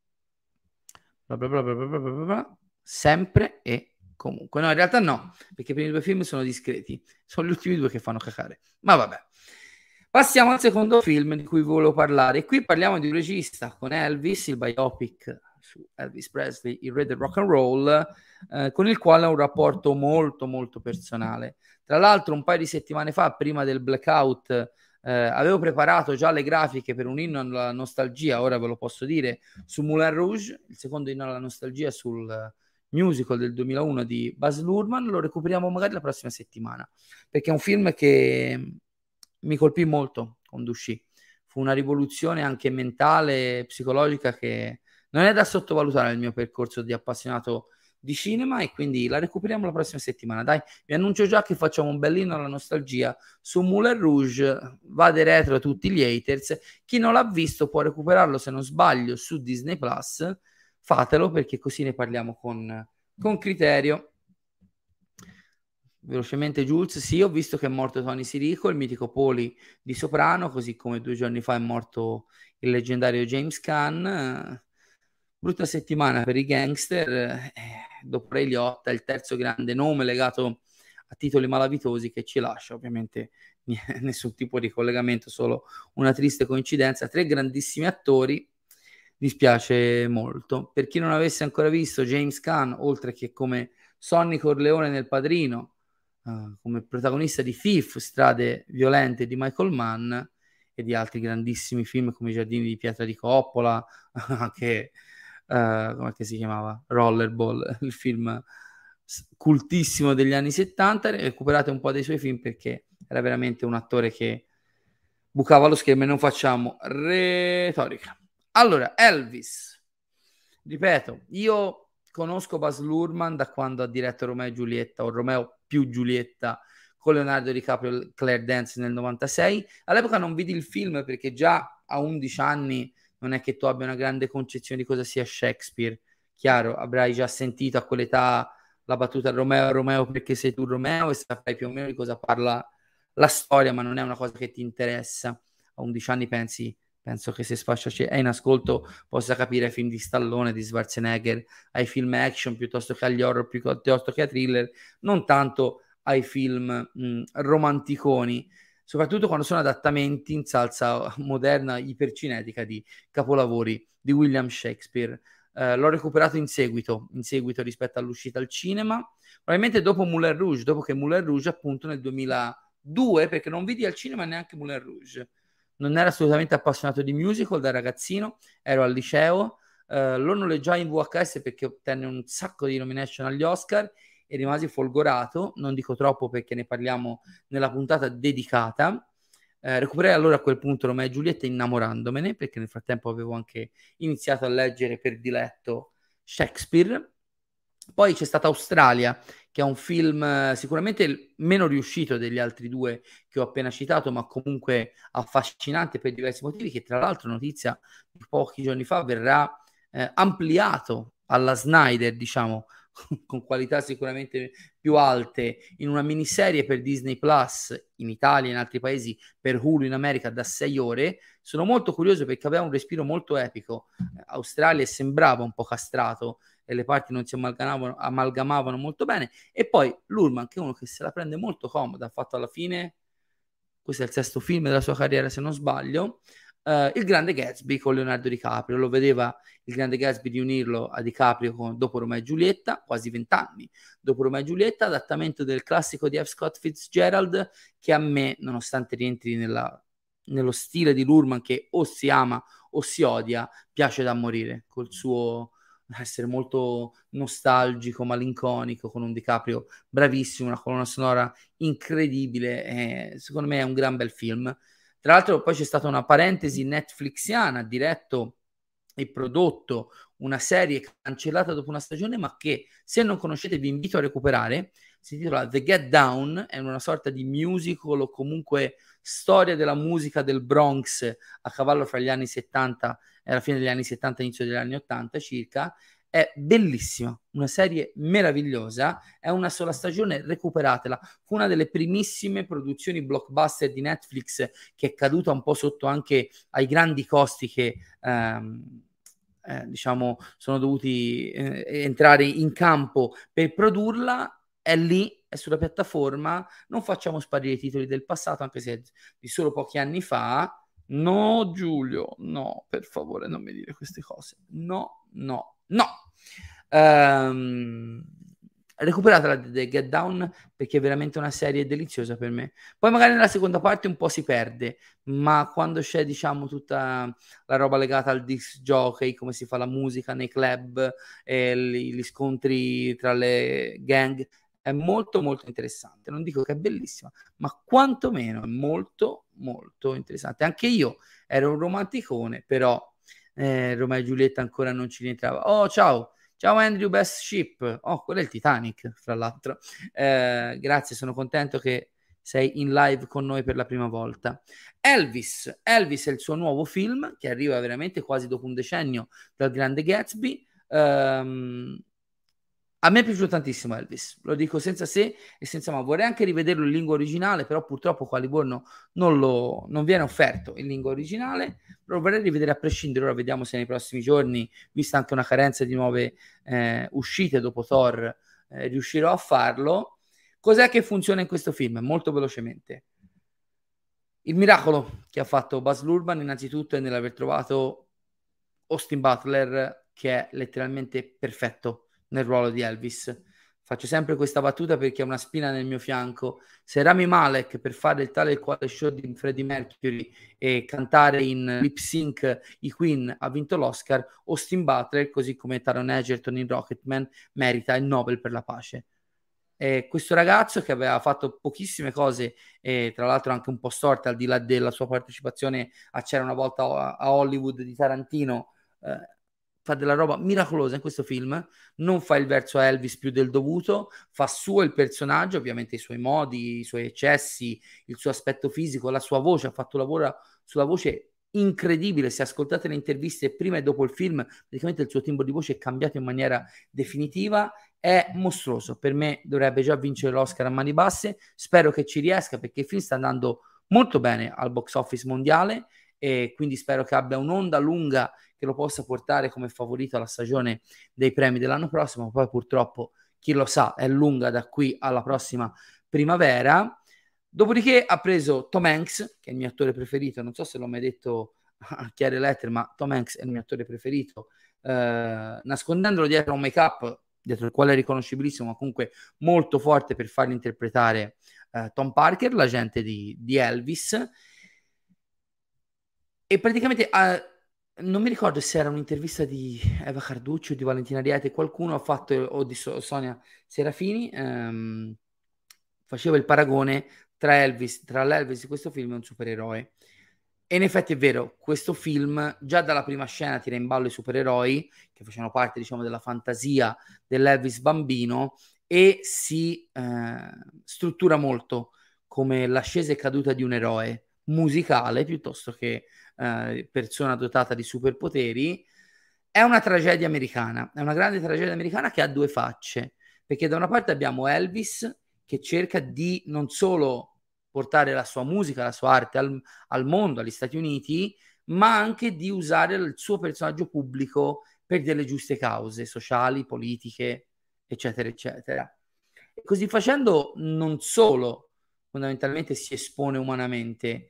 Bla bla bla bla bla bla bla. Sempre e comunque. No, in realtà no, perché i primi due film sono discreti, sono gli ultimi due che fanno cacare. Ma vabbè. Passiamo al secondo film di cui volevo parlare. Qui parliamo di un regista con Elvis, il biopic su Elvis Presley, il re del rock and roll, eh, con il quale ho un rapporto molto molto personale. Tra l'altro un paio di settimane fa, prima del blackout, eh, avevo preparato già le grafiche per un inno alla nostalgia, ora ve lo posso dire, su Moulin Rouge, il secondo inno alla nostalgia sul musical del duemilauno di Baz Luhrmann. Lo recuperiamo magari la prossima settimana, perché è un film che mi colpì molto quando uscì. Fu una rivoluzione anche mentale, psicologica, che non è da sottovalutare nel mio percorso di appassionato di cinema, e quindi la recuperiamo la prossima settimana. Dai, vi annuncio già che facciamo un bellino alla nostalgia su Moulin Rouge. Vade retro a tutti gli haters. Chi non l'ha visto può recuperarlo, se non sbaglio, su Disney Plus. Fatelo, perché così ne parliamo con, con criterio. Velocemente Jules, sì, ho visto che è morto Tony Sirico, il mitico Poli di Soprano, così come due giorni fa è morto il leggendario James Caan. Brutta settimana per i gangster, eh, dopo Ray Liotta, il terzo grande nome legato a titoli malavitosi che ci lascia, ovviamente nessun tipo di collegamento, solo una triste coincidenza. Tre grandissimi attori, dispiace molto. Per chi non avesse ancora visto James Caan, oltre che come Sonny Corleone nel Padrino, Uh, come protagonista di Thief, Strade violente di Michael Mann, e di altri grandissimi film come I giardini di pietra di Coppola, anche uh, come si chiamava? Rollerball, il film cultissimo degli anni settanta. Recuperate un po' dei suoi film perché era veramente un attore che bucava lo schermo, e non facciamo retorica. Allora, Elvis, ripeto, io conosco Baz Luhrmann da quando ha diretto Romeo e Giulietta, o Romeo più Giulietta, con Leonardo DiCaprio e Claire Dance nel novantasei. All'epoca non vidi il film perché già a undici anni non è che tu abbia una grande concezione di cosa sia Shakespeare. Chiaro, avrai già sentito a quell'età la battuta Romeo, Romeo perché sei tu Romeo, e saprai più o meno di cosa parla la storia, ma non è una cosa che ti interessa. A undici anni pensi penso che se Sfascia è in ascolto possa capire ai film di Stallone, di Schwarzenegger, ai film action piuttosto che agli horror, piuttosto che ai thriller, non tanto ai film mh, romanticoni, soprattutto quando sono adattamenti in salsa moderna ipercinetica di capolavori di William Shakespeare. Uh, l'ho recuperato in seguito, in seguito rispetto all'uscita al cinema, probabilmente dopo Moulin Rouge, dopo che Moulin Rouge appunto nel duemiladue, perché non vidi al cinema neanche Moulin Rouge. Non ero assolutamente appassionato di musical da ragazzino, ero al liceo, eh, lo noleggiai in V H S perché ottenne un sacco di nomination agli Oscar e rimasi folgorato. Non dico troppo perché ne parliamo nella puntata dedicata. Eh, recuperai allora a quel punto Romeo e Giulietta innamorandomene, perché nel frattempo avevo anche iniziato a leggere per diletto Shakespeare. Poi c'è stata Australia, che è un film eh, sicuramente meno riuscito degli altri due che ho appena citato, ma comunque affascinante per diversi motivi, che tra l'altro, notizia di pochi giorni fa, verrà eh, ampliato alla Snyder, diciamo, con qualità sicuramente più alte, in una miniserie per Disney Plus in Italia e in altri paesi, per Hulu in America, da sei ore. Sono molto curioso perché aveva un respiro molto epico. Australia sembrava un po' castrato e le parti non si amalgamavano, amalgamavano molto bene. E poi Lurman, che è uno che se la prende molto comoda, ha fatto alla fine, questo è il sesto film della sua carriera se non sbaglio, Uh, il Grande Gatsby con Leonardo DiCaprio. Lo vedeva il Grande Gatsby di unirlo a DiCaprio con, dopo Romeo e Giulietta, quasi vent'anni dopo Romeo e Giulietta, adattamento del classico di F. Scott Fitzgerald, che a me, nonostante rientri nella, nello stile di Lurman, che o si ama o si odia, piace da morire, col suo essere molto nostalgico, malinconico, con un DiCaprio bravissimo, una colonna sonora incredibile. Eh, secondo me è un gran bel film. Tra l'altro poi c'è stata una parentesi netflixiana, diretto e prodotto una serie cancellata dopo una stagione, ma che se non conoscete vi invito a recuperare. Si intitola The Get Down, è una sorta di musical o comunque storia della musica del Bronx a cavallo fra gli anni settanta e la fine degli anni settanta, inizio degli anni ottanta circa. È bellissima, una serie meravigliosa, è una sola stagione, recuperatela. Fu una delle primissime produzioni blockbuster di Netflix, che è caduta un po' sotto anche ai grandi costi che ehm, eh, diciamo sono dovuti eh, entrare in campo per produrla. È lì, è sulla piattaforma. Non facciamo sparire i titoli del passato, anche se è di solo pochi anni fa. No, Giulio, no, per favore non mi dire queste cose. No, no, no. Um, recuperatela The Get Down, perché è veramente una serie deliziosa per me. Poi magari nella seconda parte un po' si perde, ma quando c'è, diciamo, tutta la roba legata al disc jockey, come si fa la musica nei club, e gli, gli scontri tra le gang, è molto molto interessante. Non dico che è bellissima, ma quantomeno è molto molto interessante. Anche io ero un romanticone, però eh, Romeo e Giulietta ancora non ci rientrava. Oh, ciao! Ciao Andrew, best ship. Oh, quello è il Titanic, fra l'altro. Eh, grazie, sono contento che sei in live con noi per la prima volta. Elvis. Elvis è il suo nuovo film, che arriva veramente quasi dopo un decennio dal Grande Gatsby. Um, a me è piaciuto tantissimo Elvis, lo dico senza se e senza ma. Vorrei anche rivederlo in lingua originale, però purtroppo qua a Livorno non, lo, non viene offerto in lingua originale. Lo vorrei rivedere a prescindere. Ora vediamo se nei prossimi giorni, vista anche una carenza di nuove eh, uscite dopo Thor, eh, riuscirò a farlo. Cos'è che funziona in questo film? Molto velocemente. Il miracolo che ha fatto Baz Luhrmann innanzitutto è nell'aver trovato Austin Butler, che è letteralmente perfetto nel ruolo di Elvis. Faccio sempre questa battuta perché è una spina nel mio fianco. Se Rami Malek, per fare il tale e quale show di Freddie Mercury e cantare in lip sync i Queen, ha vinto l'Oscar, Austin Butler, così come Taron Egerton in Rocketman, merita il Nobel per la pace. E questo ragazzo, che aveva fatto pochissime cose, e tra l'altro anche un po' storte, al di là della sua partecipazione a C'era una volta a Hollywood di Tarantino, eh, fa della roba miracolosa in questo film. Non fa il verso a Elvis più del dovuto, fa suo il personaggio, ovviamente i suoi modi, i suoi eccessi, il suo aspetto fisico, la sua voce. Ha fatto lavoro sulla voce incredibile. Se ascoltate le interviste prima e dopo il film, praticamente il suo timbro di voce è cambiato in maniera definitiva. È mostruoso. Per me dovrebbe già vincere l'Oscar a mani basse. Spero che ci riesca, perché il film sta andando molto bene al box office mondiale, e quindi spero che abbia un'onda lunga che lo possa portare come favorito alla stagione dei premi dell'anno prossimo. Poi purtroppo, chi lo sa, è lunga da qui alla prossima primavera. Dopodiché ha preso Tom Hanks, che è il mio attore preferito. Non so se l'ho mai detto a chiare lettere, ma Tom Hanks è il mio attore preferito. Eh, nascondendolo dietro un make-up dietro il quale è riconoscibilissimo, ma comunque molto forte, per fargli interpretare eh, Tom Parker, l'agente di, di Elvis. E praticamente eh, non mi ricordo se era un'intervista di Eva Carducci o di Valentina Ariete, qualcuno ha fatto, o di Sonia Serafini, ehm, faceva il paragone tra Elvis, tra l'Elvis di questo film è un supereroe. E in effetti è vero, questo film già dalla prima scena tira in ballo i supereroi che facevano parte, diciamo, della fantasia dell'Elvis bambino e si eh, struttura molto come l'ascesa e caduta di un eroe musicale piuttosto che eh, persona dotata di superpoteri. È una tragedia americana, è una grande tragedia americana che ha due facce, perché da una parte abbiamo Elvis che cerca di non solo portare la sua musica, la sua arte al, al mondo, agli Stati Uniti, ma anche di usare il suo personaggio pubblico per delle giuste cause sociali, politiche, eccetera, eccetera. E così facendo non solo fondamentalmente si espone umanamente,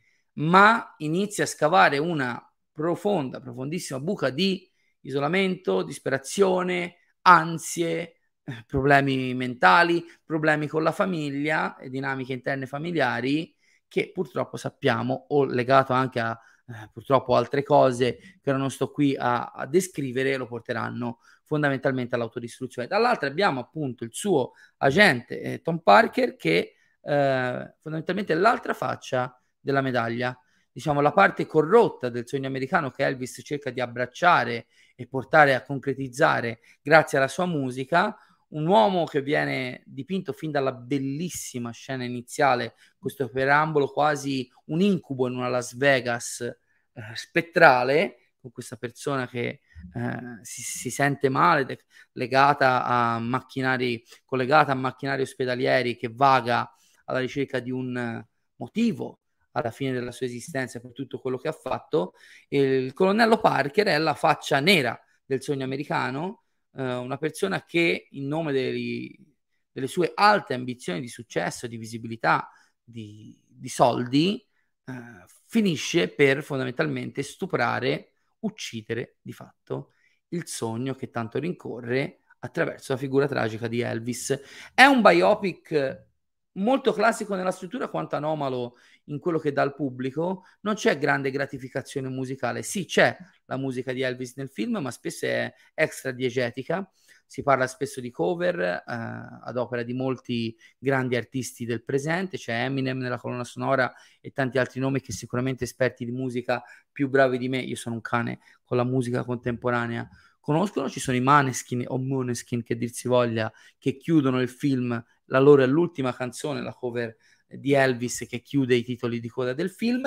ma inizia a scavare una profonda, profondissima buca di isolamento, disperazione, ansie, problemi mentali, problemi con la famiglia e dinamiche interne familiari che purtroppo sappiamo, o legato anche a eh, purtroppo altre cose che non sto qui a, a descrivere, lo porteranno fondamentalmente all'autodistruzione. Dall'altra abbiamo appunto il suo agente eh, Tom Parker che eh, fondamentalmente è l'altra faccia della medaglia, diciamo la parte corrotta del sogno americano che Elvis cerca di abbracciare e portare a concretizzare grazie alla sua musica. Un uomo che viene dipinto fin dalla bellissima scena iniziale, questo perambolo quasi un incubo in una Las Vegas eh, spettrale, con questa persona che eh, si, si sente male, de- legata a macchinari, collegata a macchinari ospedalieri, che vaga alla ricerca di un motivo alla fine della sua esistenza per tutto quello che ha fatto. Il colonnello Parker è la faccia nera del sogno americano, Uh, una persona che in nome dei, delle sue alte ambizioni di successo, di visibilità, di, di soldi, uh, finisce per fondamentalmente stuprare, uccidere di fatto il sogno che tanto rincorre attraverso la figura tragica di Elvis. È un biopic molto classico nella struttura quanto anomalo in quello che dà al pubblico. Non c'è grande gratificazione musicale, sì c'è la musica di Elvis nel film, ma spesso è extra diegetica, si parla spesso di cover eh, ad opera di molti grandi artisti del presente, c'è Eminem nella colonna sonora e tanti altri nomi che sicuramente esperti di musica più bravi di me, io sono un cane con la musica contemporanea, conoscono. Ci sono i Maneskin o Måneskin che dir si voglia, che chiudono il film, la loro è l'ultima canzone, la cover di Elvis che chiude i titoli di coda del film.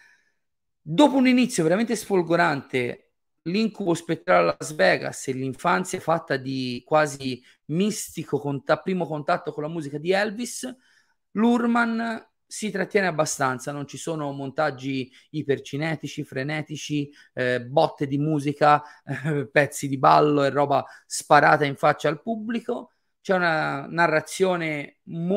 Dopo un inizio veramente sfolgorante, l'incubo spettrale a Las Vegas e l'infanzia fatta di quasi mistico conta- primo contatto con la musica di Elvis, Luhrmann si trattiene abbastanza, non ci sono montaggi ipercinetici, frenetici, eh, botte di musica, eh, pezzi di ballo e roba sparata in faccia al pubblico. C'è una narrazione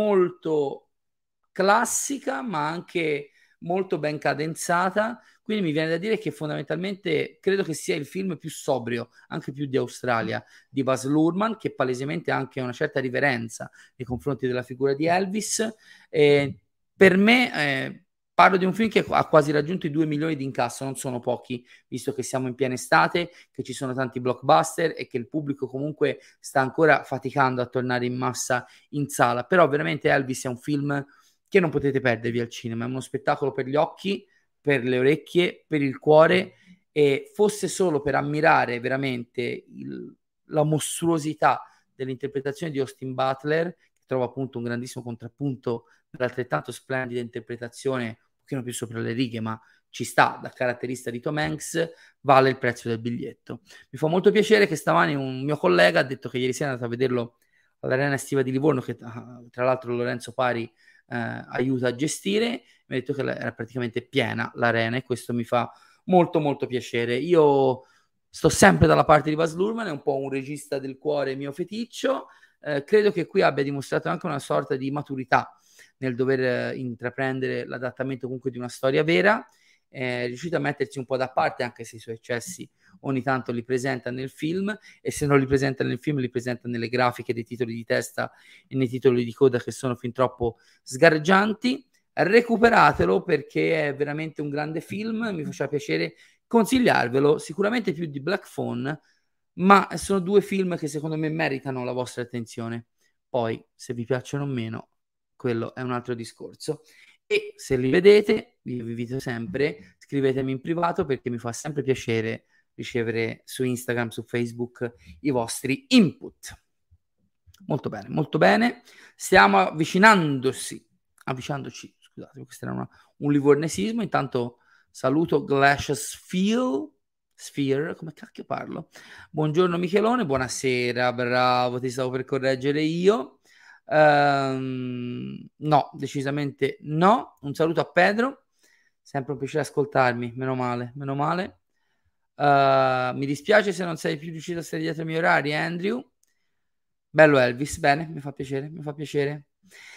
molto classica, ma anche molto ben cadenzata, quindi mi viene da dire che fondamentalmente credo che sia il film più sobrio, anche più di Australia, di Baz Luhrmann, che palesemente ha anche una certa riverenza nei confronti della figura di Elvis. Eh, per me eh, parlo di un film che ha quasi raggiunto i due milioni di incasso, non sono pochi, visto che siamo in piena estate, che ci sono tanti blockbuster e che il pubblico comunque sta ancora faticando a tornare in massa in sala, però veramente Elvis è un film che non potete perdervi al cinema, è uno spettacolo per gli occhi, per le orecchie, per il cuore, e fosse solo per ammirare veramente il, la mostruosità dell'interpretazione di Austin Butler, che trova appunto un grandissimo contrappunto dall'altrettanto splendida interpretazione, un pochino più sopra le righe, ma ci sta da caratterista di Tom Hanks, vale il prezzo del biglietto. Mi fa molto piacere che stamani un mio collega ha detto che ieri sera è andato a vederlo all'Arena Estiva di Livorno, che tra l'altro Lorenzo Pari eh, aiuta a gestire, mi ha detto che era praticamente piena l'arena e questo mi fa molto molto piacere. Io sto sempre dalla parte di Baz Luhrmann, è un po' un regista del cuore mio feticcio, eh, credo che qui abbia dimostrato anche una sorta di maturità nel dover eh, intraprendere l'adattamento comunque di una storia vera, è riuscito a mettersi un po' da parte anche se i suoi eccessi ogni tanto li presenta nel film, e se non li presenta nel film li presenta nelle grafiche dei titoli di testa e nei titoli di coda che sono fin troppo sgargianti. Recuperatelo perché è veramente un grande film, mi faceva piacere consigliarvelo, sicuramente più di Black Phone, ma sono due film che secondo me meritano la vostra attenzione. Poi se vi piacciono o meno quello è un altro discorso. e se li vedete, vi invito sempre, scrivetemi in privato perché mi fa sempre piacere ricevere su Instagram, su Facebook i vostri input. Molto bene, molto bene. Stiamo avvicinandosi, avvicinandoci, scusate, questo era una, un livornesismo. Intanto saluto Glacius Sphere, Sphere, come cacchio parlo? Buongiorno Michelone, buonasera, bravo, ti stavo per correggere io. Um, no, decisamente no. Un saluto a Pedro, sempre un piacere ascoltarmi, meno male, meno male. Uh, mi dispiace se non sei più riuscito a stare dietro ai miei orari, Andrew. Bello Elvis, bene, mi fa piacere, mi fa piacere.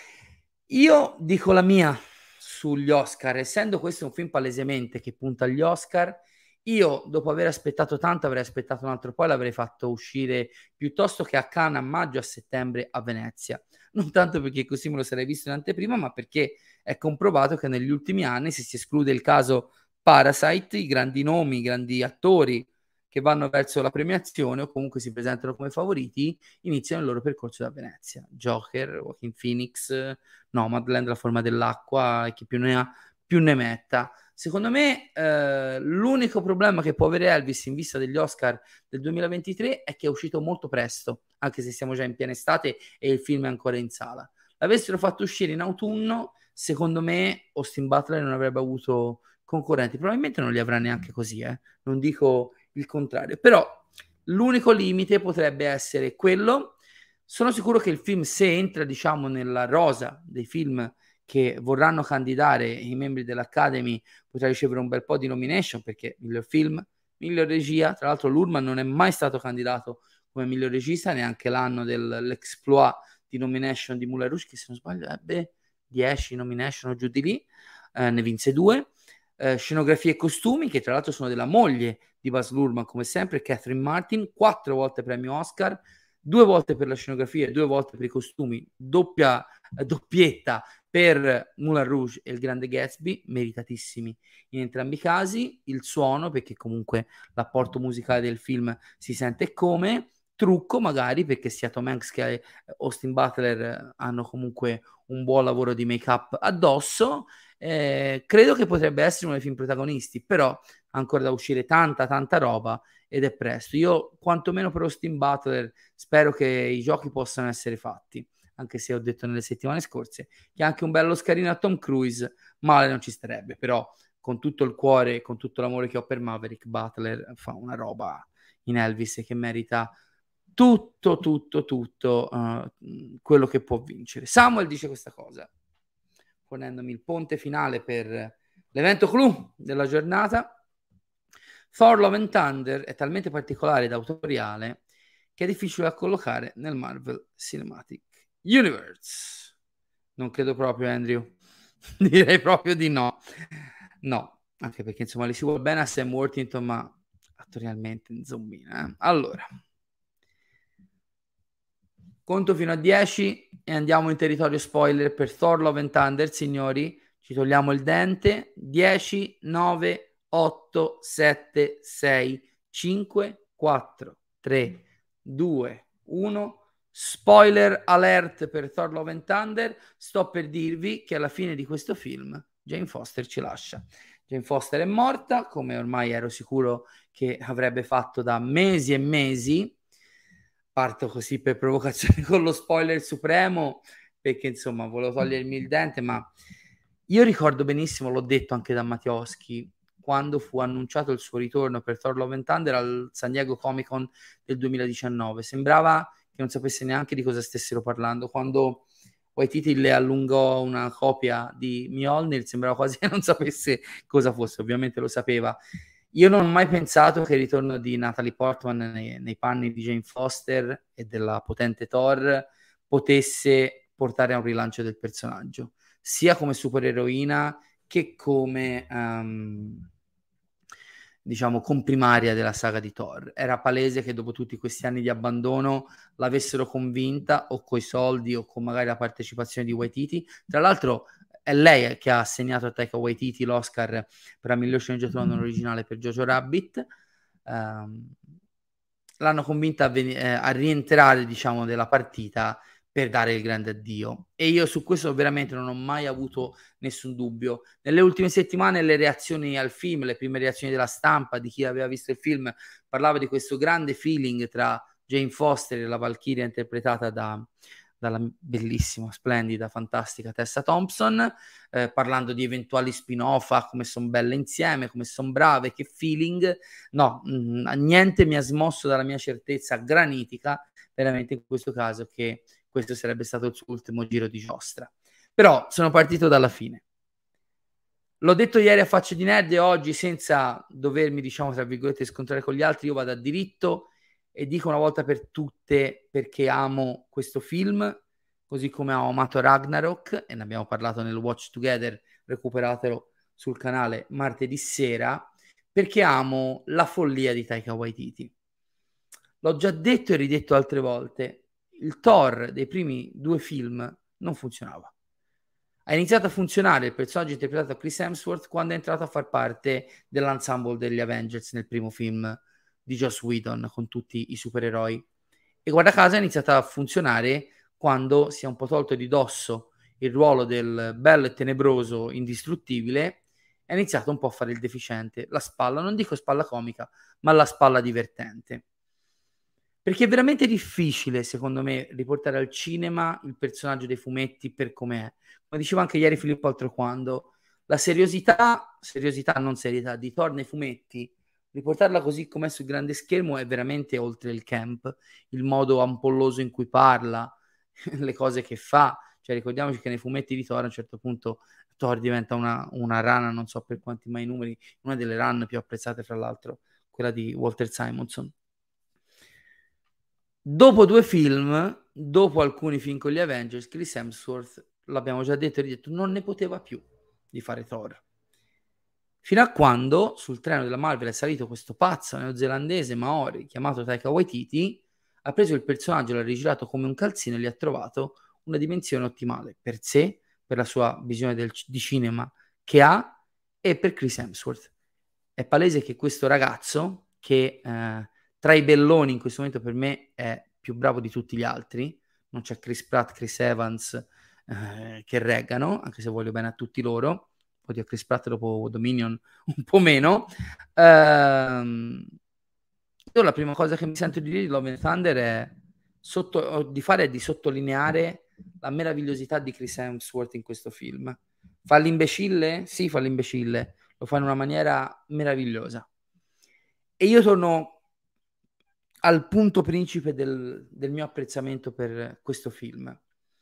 Io dico la mia sugli Oscar, essendo questo un film palesemente che punta agli Oscar, io dopo aver aspettato tanto avrei aspettato un altro po' e l'avrei fatto uscire piuttosto che a Cannes a maggio, a settembre a Venezia. Non tanto perché così me lo sarei visto in anteprima, ma perché è comprovato che negli ultimi anni, se si esclude il caso Parasite, i grandi nomi, i grandi attori che vanno verso la premiazione o comunque si presentano come favoriti iniziano il loro percorso da Venezia. Joker, Joaquin Phoenix, Nomadland, La forma dell'acqua, e chi più ne ha più ne metta. Secondo me eh, l'unico problema che può avere Elvis in vista degli Oscar del duemilaventitré è che è uscito molto presto, anche se siamo già in piena estate e il film è ancora in sala. L'avessero fatto uscire in autunno, secondo me Austin Butler non avrebbe avuto concorrenti, probabilmente non li avrà neanche così, eh. Non dico il contrario, però l'unico limite potrebbe essere quello. Sono sicuro che il film, se entra diciamo nella rosa dei film che vorranno candidare i membri dell'Academy, potrà ricevere un bel po' di nomination, perché miglior film, miglior regia, tra l'altro Lurman non è mai stato candidato come miglior regista, neanche l'anno dell'exploit di nomination di Moulin Rouge, che se non sbaglio ebbe dieci nomination o giù di lì, eh, ne vinse due. Eh, scenografie e costumi, che tra l'altro sono della moglie di Baz Luhrmann, come sempre, Catherine Martin, quattro volte premio Oscar, due volte per la scenografia e due volte per i costumi, doppia, eh, doppietta per Moulin Rouge e Il Grande Gatsby, meritatissimi in entrambi i casi. Il suono, perché comunque l'apporto musicale del film si sente come trucco, magari perché sia Tom Hanks che Austin Butler hanno comunque un buon lavoro di make-up addosso. Eh, credo che potrebbe essere uno dei film protagonisti, però ancora da uscire tanta tanta roba ed è presto. Io quantomeno per Austin Butler spero che i giochi possano essere fatti, anche se ho detto nelle settimane scorse che anche un bello Oscarino a Tom Cruise male non ci starebbe, però con tutto il cuore e con tutto l'amore che ho per Maverick, Butler fa una roba in Elvis che merita tutto tutto tutto uh, quello che può vincere. Samuel dice questa cosa ponendomi il ponte finale per l'evento clou della giornata. Thor Love and Thunder è talmente particolare ed autoriale che è difficile da collocare nel Marvel Cinematic Universe. Non credo proprio, Andrew. Direi proprio di no. No, anche perché insomma li si vuole bene a Sam Worthington, ma attorialmente in zombina. Eh? Allora, conto fino a dieci e andiamo in territorio spoiler per Thor Love and Thunder, signori. Ci togliamo il dente. dieci, nove, otto, sette, sei, cinque, quattro, tre, due, uno. Spoiler alert per Thor Love and Thunder. Sto per dirvi che alla fine di questo film Jane Foster ci lascia. Jane Foster è morta, come ormai ero sicuro che avrebbe fatto da mesi e mesi. Parto così per provocazione con lo spoiler supremo, perché insomma volevo togliermi il dente, ma io ricordo benissimo, l'ho detto anche da Mattioschi, quando fu annunciato il suo ritorno per Thor Love and Thunder al San Diego Comic Con del duemiladiciannove. Sembrava che non sapesse neanche di cosa stessero parlando. Quando Waititi le allungò una copia di Mjolnir, sembrava quasi che non sapesse cosa fosse, ovviamente lo sapeva. Io non ho mai pensato che il ritorno di Natalie Portman nei, nei panni di Jane Foster e della potente Thor potesse portare a un rilancio del personaggio, sia come supereroina che come um, diciamo comprimaria della saga di Thor. Era palese che dopo tutti questi anni di abbandono l'avessero convinta o coi soldi o con magari la partecipazione di Waititi. Tra l'altro è lei che ha assegnato a Taika Waititi l'Oscar per la miglior sceneggiatura non originale per Jojo Rabbit. Um, l'hanno convinta a, ven- eh, a rientrare, diciamo, della partita per dare il grande addio. E io su questo veramente non ho mai avuto nessun dubbio. Nelle ultime settimane le reazioni al film, le prime reazioni della stampa, di chi aveva visto il film, parlava di questo grande feeling tra Jane Foster e la Valchiria interpretata da, dalla bellissima, splendida, fantastica Tessa Thompson, eh, parlando di eventuali spin-off, ah, come sono belle insieme, come sono brave, che feeling. No, mh, niente mi ha smosso dalla mia certezza granitica, veramente in questo caso, che questo sarebbe stato il suo ultimo giro di giostra. Però sono partito dalla fine. L'ho detto ieri a Facce di Nerd e oggi, senza dovermi, diciamo, tra virgolette, scontrare con gli altri, io vado a diritto e dico una volta per tutte perché amo questo film, così come ho amato Ragnarok, e ne abbiamo parlato nel Watch Together, recuperatelo sul canale martedì sera, perché amo la follia di Taika Waititi. L'ho già detto e ridetto altre volte, il Thor dei primi due film non funzionava. Ha iniziato a funzionare il personaggio interpretato da Chris Hemsworth quando è entrato a far parte dell'ensemble degli Avengers nel primo film di Joss Whedon con tutti i supereroi. E guarda caso è iniziato a funzionare quando si è un po' tolto di dosso il ruolo del bello e tenebroso indistruttibile, è iniziato un po' a fare il deficiente, la spalla, non dico spalla comica, ma la spalla divertente. Perché è veramente difficile, secondo me, riportare al cinema il personaggio dei fumetti per com'è. Come diceva anche ieri Filippo Altroquando, la seriosità, seriosità non serietà, di Thor nei fumetti, riportarla così com'è sul grande schermo è veramente oltre il camp. Il modo ampolloso in cui parla, le cose che fa. Cioè ricordiamoci che nei fumetti di Thor a un certo punto Thor diventa una, una rana, non so per quanti mai numeri, una delle run più apprezzate fra l'altro, quella di Walter Simonson. Dopo due film, dopo alcuni film con gli Avengers, Chris Hemsworth, l'abbiamo già detto e ridetto, non ne poteva più di fare Thor. Fino a quando sul treno della Marvel è salito questo pazzo neozelandese Maori chiamato Taika Waititi, ha preso il personaggio, l'ha rigirato come un calzino e gli ha trovato una dimensione ottimale per sé, per la sua visione del, di cinema che ha e per Chris Hemsworth. È palese che questo ragazzo, che eh, tra i belloni in questo momento per me è più bravo di tutti gli altri, non c'è Chris Pratt, Chris Evans eh, che reggano, anche se voglio bene a tutti loro, oddio Chris Pratt dopo Dominion un po' meno. Ehm, io la prima cosa che mi sento di dire di Love and Thunder è sotto, di fare è di sottolineare la meravigliosità di Chris Hemsworth in questo film. Fa l'imbecille? Sì, fa l'imbecille, lo fa in una maniera meravigliosa. E io torno al punto principe del, del mio apprezzamento per questo film.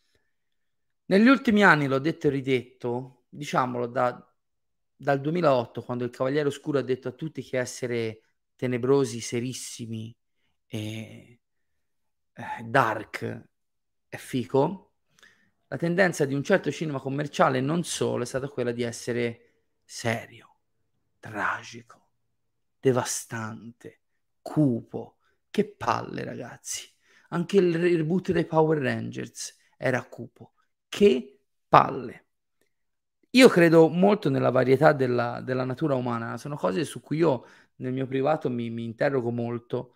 Negli ultimi anni, l'ho detto e ridetto, diciamolo, da, dal duemilaotto, quando il Cavaliere Oscuro ha detto a tutti che essere tenebrosi, serissimi e eh, dark è fico, la tendenza di un certo cinema commerciale non solo è stata quella di essere serio, tragico, devastante, cupo. Che palle, ragazzi. Anche il reboot dei Power Rangers era cupo. Che palle. Io credo molto nella varietà della, della natura umana. Sono cose su cui io nel mio privato mi, mi interrogo molto.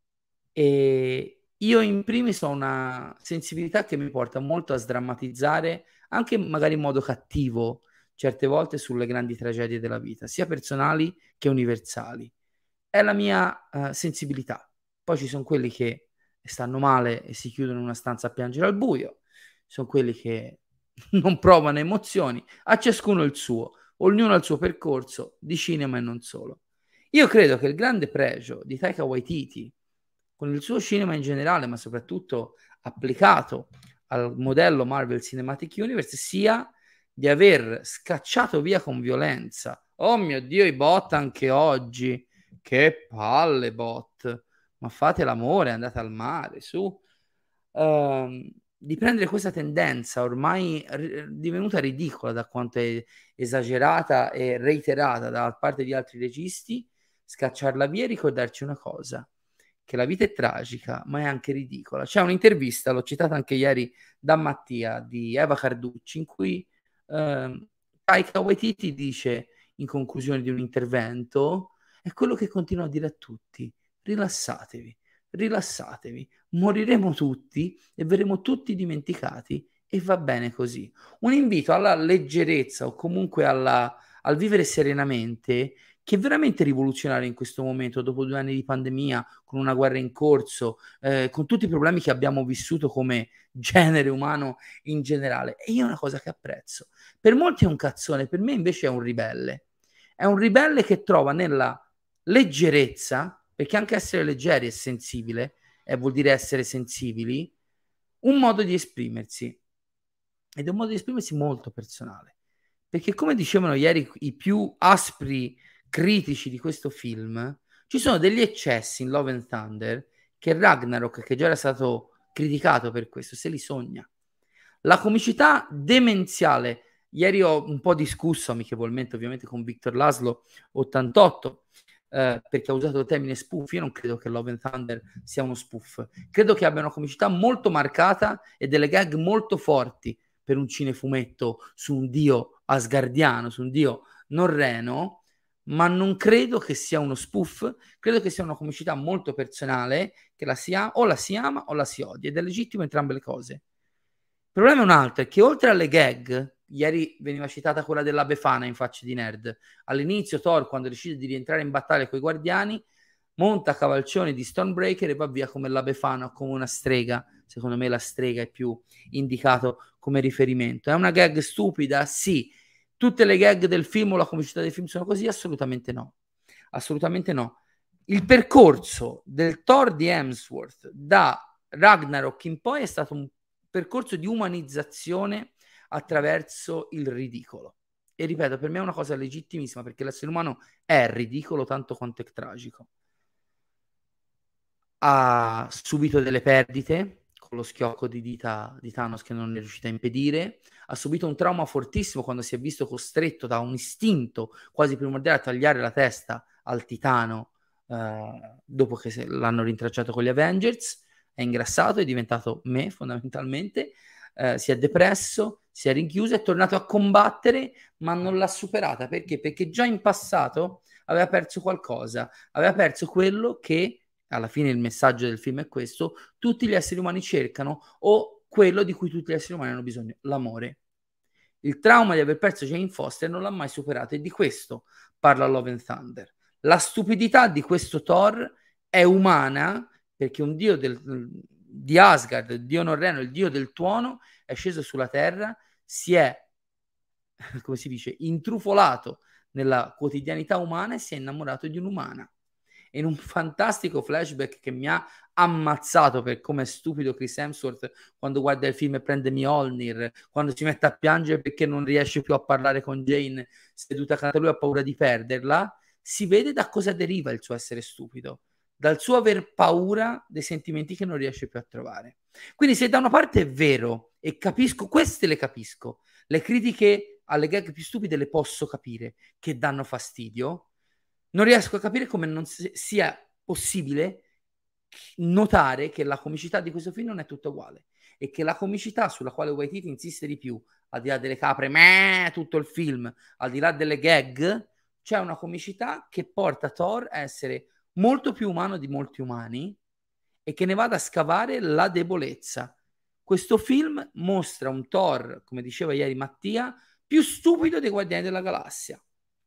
E io in primis ho una sensibilità che mi porta molto a sdrammatizzare, anche magari in modo cattivo, certe volte sulle grandi tragedie della vita, sia personali che universali. È la mia uh, sensibilità. Poi ci sono quelli che stanno male e si chiudono in una stanza a piangere al buio, ci sono quelli che non provano emozioni, a ciascuno il suo, ognuno ha il suo percorso di cinema e non solo. Io credo che il grande pregio di Taika Waititi, con il suo cinema in generale, ma soprattutto applicato al modello Marvel Cinematic Universe, sia di aver scacciato via con violenza. Oh mio Dio, i bot anche oggi. Che palle, bot. Ma fate l'amore, andate al mare, su. Uh, di prendere questa tendenza ormai r- divenuta ridicola da quanto è esagerata e reiterata da parte di altri registi, scacciarla via e ricordarci una cosa, che la vita è tragica, ma è anche ridicola. C'è un'intervista, l'ho citata anche ieri da Mattia, di Eva Carducci, in cui uh, Taika Waititi dice, in conclusione di un intervento, è quello che continuo a dire a tutti: rilassatevi, rilassatevi, moriremo tutti e verremo tutti dimenticati e va bene così. Un invito alla leggerezza o comunque alla, al vivere serenamente, che è veramente rivoluzionario in questo momento, dopo due anni di pandemia, con una guerra in corso, eh, con tutti i problemi che abbiamo vissuto come genere umano in generale. E io è una cosa che apprezzo. Per molti è un cazzone, per me invece è un ribelle. È un ribelle che trova nella leggerezza, perché anche essere leggeri è sensibile, e vuol dire essere sensibili, un modo di esprimersi. Ed è un modo di esprimersi molto personale. Perché come dicevano ieri i più aspri critici di questo film, ci sono degli eccessi in Love and Thunder che Ragnarok, che già era stato criticato per questo, se li sogna. La comicità demenziale, ieri ho un po' discusso amichevolmente ovviamente con Victor Laszlo ottantotto, eh, perché ha usato il termine spoof. Io non credo che Love and Thunder sia uno spoof, credo che abbia una comicità molto marcata e delle gag molto forti per un cinefumetto su un dio asgardiano, su un dio norreno, ma non credo che sia uno spoof, credo che sia una comicità molto personale, che la si ha, o la si ama o la si odia, ed è legittimo entrambe le cose. Il problema è un altro, è che oltre alle gag, ieri veniva citata quella della Befana in Facce di Nerd, all'inizio Thor, quando decide di rientrare in battaglia con i Guardiani, monta cavalcioni di Stormbreaker e va via come la Befana o come una strega. Secondo me la strega è più indicato come riferimento. È una gag stupida? Sì. Tutte le gag del film o la comicità del film sono così? Assolutamente no. Assolutamente no. Il percorso del Thor di Hemsworth da Ragnarok in poi è stato un percorso di umanizzazione attraverso il ridicolo. E ripeto, per me è una cosa legittimissima, perché l'essere umano è ridicolo tanto quanto è tragico. Ha subito delle perdite con lo schiocco di dita di Thanos che non è riuscito a impedire, ha subito un trauma fortissimo quando si è visto costretto da un istinto quasi primordiale a tagliare la testa al titano eh, dopo che se l'hanno rintracciato con gli Avengers, è ingrassato, è diventato me fondamentalmente, eh, si è depresso, si è rinchiuso, è tornato a combattere, ma non l'ha superata. Perché? Perché già in passato aveva perso qualcosa, aveva perso quello che, alla fine il messaggio del film è questo, tutti gli esseri umani cercano, o quello di cui tutti gli esseri umani hanno bisogno, l'amore. Il trauma di aver perso Jane Foster non l'ha mai superato, e di questo parla Love and Thunder. La stupidità di questo Thor è umana, perché un dio del, di Asgard, il dio norreno, il dio del tuono, è sceso sulla terra, si è, come si dice, intrufolato nella quotidianità umana e si è innamorato di un'umana. E in un fantastico flashback che mi ha ammazzato per come è stupido Chris Hemsworth quando guarda il film e prende Mjolnir, quando si mette a piangere perché non riesce più a parlare con Jane seduta accanto a lui, ha paura di perderla, si vede da cosa deriva il suo essere stupido, dal suo aver paura dei sentimenti che non riesce più a trovare. Quindi se da una parte è vero, e capisco, queste le capisco, le critiche alle gag più stupide le posso capire, che danno fastidio, non riesco a capire come non sia possibile notare che la comicità di questo film non è tutta uguale, e che la comicità sulla quale Waititi insiste di più, al di là delle capre, meh, tutto il film, al di là delle gag, c'è una comicità che porta Thor a essere molto più umano di molti umani e che ne vada a scavare la debolezza. Questo film mostra un Thor, come diceva ieri Mattia, più stupido dei Guardiani della Galassia.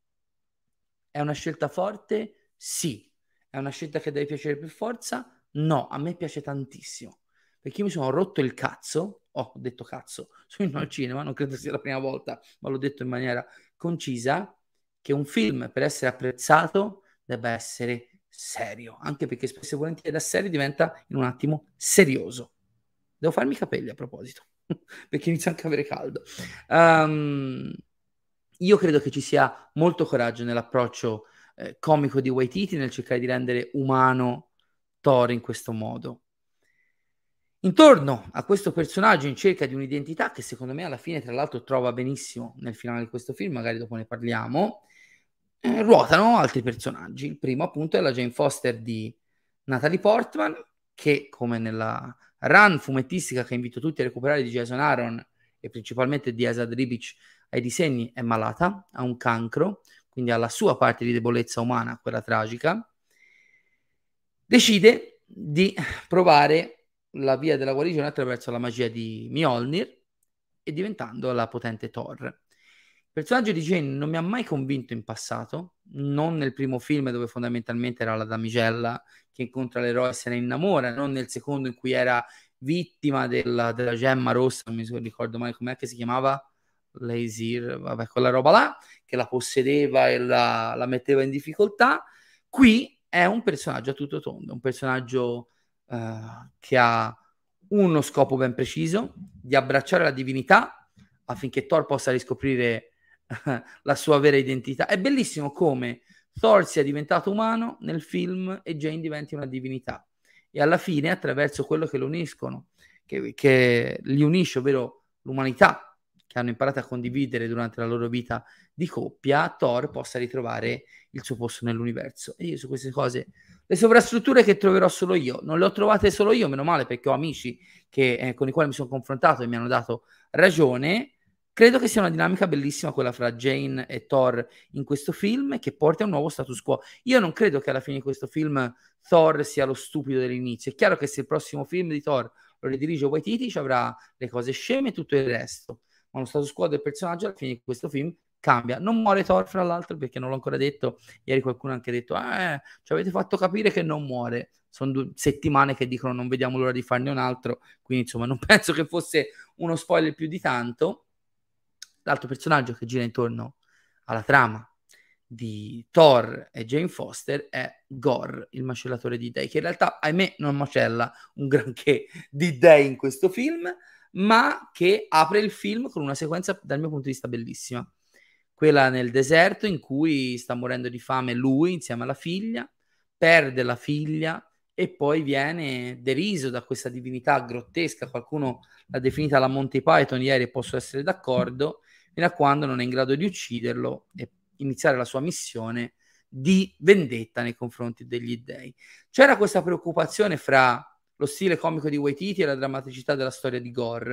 È una scelta forte? Sì. È una scelta che deve piacere per forza? No, a me piace tantissimo. Perché io mi sono rotto il cazzo, oh, ho detto cazzo, sono al cinema, non credo sia la prima volta, ma l'ho detto in maniera concisa, che un film per essere apprezzato debba essere serio, anche perché spesso e volentieri da serio diventa in un attimo serioso. Devo farmi i capelli a proposito, perché inizia anche a avere caldo. Um, io credo che ci sia molto coraggio nell'approccio eh, comico di Waititi, nel cercare di rendere umano Thor in questo modo. Intorno a questo personaggio in cerca di un'identità, che secondo me alla fine tra l'altro trova benissimo nel finale di questo film, magari dopo ne parliamo, eh, ruotano altri personaggi. Il primo appunto è la Jane Foster di Natalie Portman, che come nella run fumettistica che invito tutti a recuperare di Jason Aaron e principalmente di Esad Ribic ai disegni, è malata, ha un cancro, quindi ha la sua parte di debolezza umana, quella tragica. Decide di provare la via della guarigione attraverso la magia di Mjolnir e diventando la potente Thor. Il personaggio di Jane non mi ha mai convinto in passato, non nel primo film dove fondamentalmente era la damigella che incontra l'eroe e se ne innamora, non nel secondo in cui era vittima della, della gemma rossa, non mi ricordo mai com'è che si chiamava, Laisir, vabbè, quella roba là, che la possedeva e la, la metteva in difficoltà. Qui è un personaggio a tutto tondo, un personaggio uh, che ha uno scopo ben preciso, di abbracciare la divinità affinché Thor possa riscoprire uh, la sua vera identità. È bellissimo come Thor sia diventato umano nel film e Jane diventi una divinità. E alla fine, attraverso quello che lo uniscono, che, che li unisce, ovvero l'umanità che hanno imparato a condividere durante la loro vita di coppia, Thor possa ritrovare il suo posto nell'universo. E io su queste cose, le sovrastrutture che troverò solo io, non le ho trovate solo io, meno male, perché ho amici che, eh, con i quali mi sono confrontato e mi hanno dato ragione. Credo che sia una dinamica bellissima quella fra Jane e Thor in questo film, che porta a un nuovo status quo. Io non credo che alla fine di questo film Thor sia lo stupido dell'inizio. È chiaro che se il prossimo film di Thor lo ridirige Waititi ci avrà le cose sceme e tutto il resto, ma lo status quo del personaggio alla fine di questo film cambia. Non muore Thor, fra l'altro, perché non l'ho ancora detto. Ieri qualcuno ha anche detto eh, ci avete fatto capire che non muore. Sono due settimane che dicono non vediamo l'ora di farne un altro, quindi insomma non penso che fosse uno spoiler più di tanto. L'altro personaggio che gira intorno alla trama di Thor e Jane Foster è Gorr, il macellatore di dei, che in realtà, ahimè, non macella un granché di dei in questo film, ma che apre il film con una sequenza, dal mio punto di vista, bellissima. Quella nel deserto in cui sta morendo di fame lui insieme alla figlia, perde la figlia e poi viene deriso da questa divinità grottesca. Qualcuno l'ha definita la Monty Python ieri e posso essere d'accordo, fino a quando non è in grado di ucciderlo e iniziare la sua missione di vendetta nei confronti degli dei. C'era questa preoccupazione fra lo stile comico di Waititi e la drammaticità della storia di Gorr.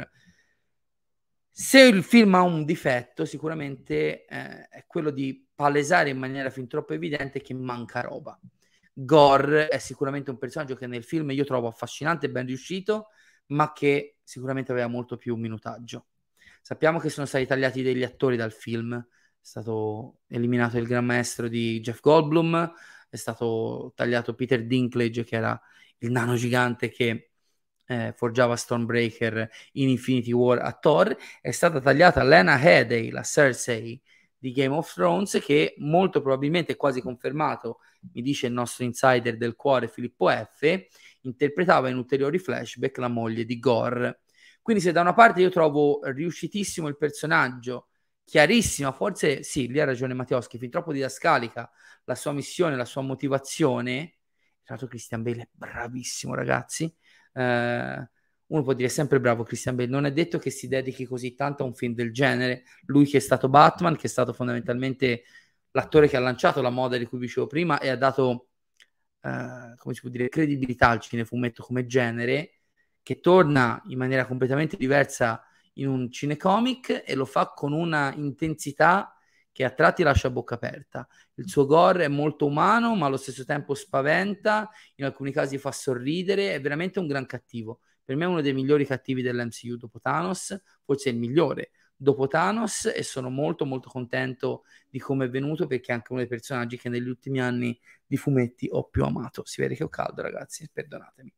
Se il film ha un difetto, sicuramente eh, è quello di palesare in maniera fin troppo evidente che manca roba. Gorr è sicuramente un personaggio che nel film io trovo affascinante e ben riuscito, ma che sicuramente aveva molto più minutaggio. Sappiamo che sono stati tagliati degli attori dal film, è stato eliminato il gran maestro di Jeff Goldblum, è stato tagliato Peter Dinklage, che era il nano gigante che eh, forgiava Stormbreaker in Infinity War a Thor, è stata tagliata Lena Headey, la Cersei di Game of Thrones, che molto probabilmente, quasi confermato, mi dice il nostro insider del cuore Filippo F, interpretava in ulteriori flashback la moglie di Gorr. Quindi se da una parte io trovo riuscitissimo il personaggio, chiarissima, forse sì, lì ha ragione Mattioschi, fin troppo didascalica la sua missione, la sua motivazione. Tra l'altro Christian Bale è bravissimo, ragazzi. Eh, uno può dire sempre bravo Christian Bale, non è detto che si dedichi così tanto a un film del genere. Lui che è stato Batman, che è stato fondamentalmente l'attore che ha lanciato la moda di cui dicevo prima e ha dato, eh, come si può dire, credibilità al cinefumetto come genere, che torna in maniera completamente diversa in un cinecomic e lo fa con una intensità che a tratti lascia a bocca aperta. Il suo gore è molto umano, ma allo stesso tempo spaventa, in alcuni casi fa sorridere, è veramente un gran cattivo. Per me è uno dei migliori cattivi dell'M C U dopo Thanos, forse è il migliore dopo Thanos, e sono molto molto contento di come è venuto, perché è anche uno dei personaggi che negli ultimi anni di fumetti ho più amato. Si vede che ho caldo, ragazzi, perdonatemi.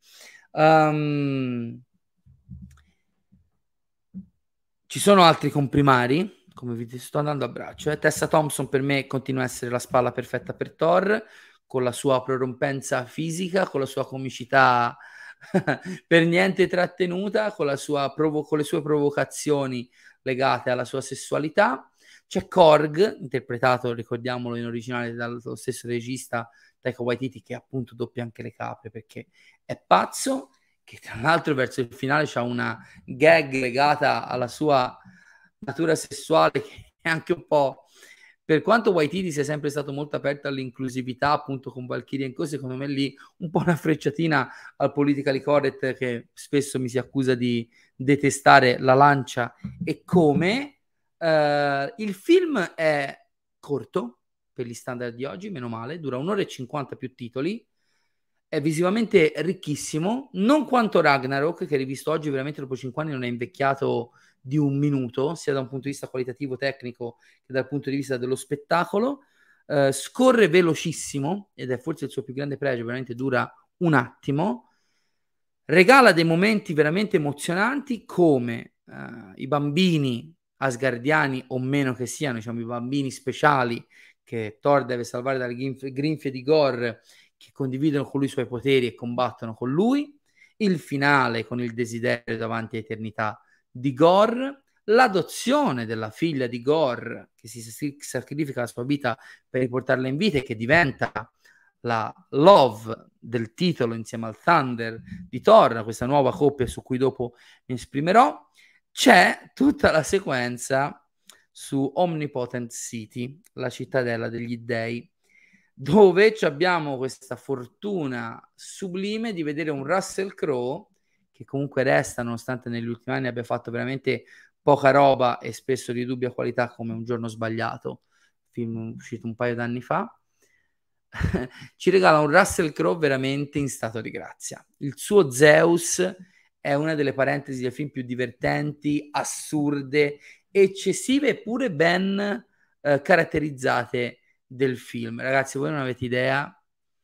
Um, ci sono altri comprimari, come vi sto andando a braccio. Eh. Tessa Thompson per me continua a essere la spalla perfetta per Thor, con la sua prorompenza fisica, con la sua comicità per niente trattenuta, con, la sua provo- con le sue provocazioni legate alla sua sessualità. C'è Korg, interpretato, ricordiamolo, in originale dallo stesso regista Taika Waititi, che appunto doppia anche le capre perché è pazzo, che tra l'altro verso il finale c'ha una gag legata alla sua natura sessuale che è anche un po', per quanto Waititi sia sempre stato molto aperto all'inclusività appunto con Valkyria in cose, secondo me lì un po' una frecciatina al politically correct che spesso mi si accusa di detestare, la lancia. E come uh, il film è corto per gli standard di oggi, meno male, dura un'ora e cinquanta più titoli. è visivamente ricchissimo, non quanto Ragnarok, che rivisto oggi veramente dopo cinque anni non è invecchiato di un minuto, sia da un punto di vista qualitativo tecnico che dal punto di vista dello spettacolo. Uh, scorre velocissimo, ed è forse il suo più grande pregio, veramente dura un attimo, regala dei momenti veramente emozionanti come uh, i bambini asgardiani, o meno che siano, diciamo i bambini speciali che Thor deve salvare dalle grinf- grinfie di Gore, che condividono con lui i suoi poteri e combattono con lui, il finale con il desiderio davanti a eternità di Gore, l'adozione della figlia di Gore che si sacrifica la sua vita per riportarla in vita e che diventa la love del titolo insieme al Thunder di Thor, questa nuova coppia su cui dopo mi esprimerò. C'è tutta la sequenza su Omnipotent City, la cittadella degli dei, dove abbiamo questa fortuna sublime di vedere un Russell Crowe che comunque resta, nonostante negli ultimi anni abbia fatto veramente poca roba e spesso di dubbia qualità, come Un giorno sbagliato, film uscito un paio d'anni fa, ci regala un Russell Crowe veramente in stato di grazia. Il suo Zeus è una delle parentesi del film più divertenti, assurde, eccessive eppure ben eh, caratterizzate del film. Ragazzi, voi non avete idea,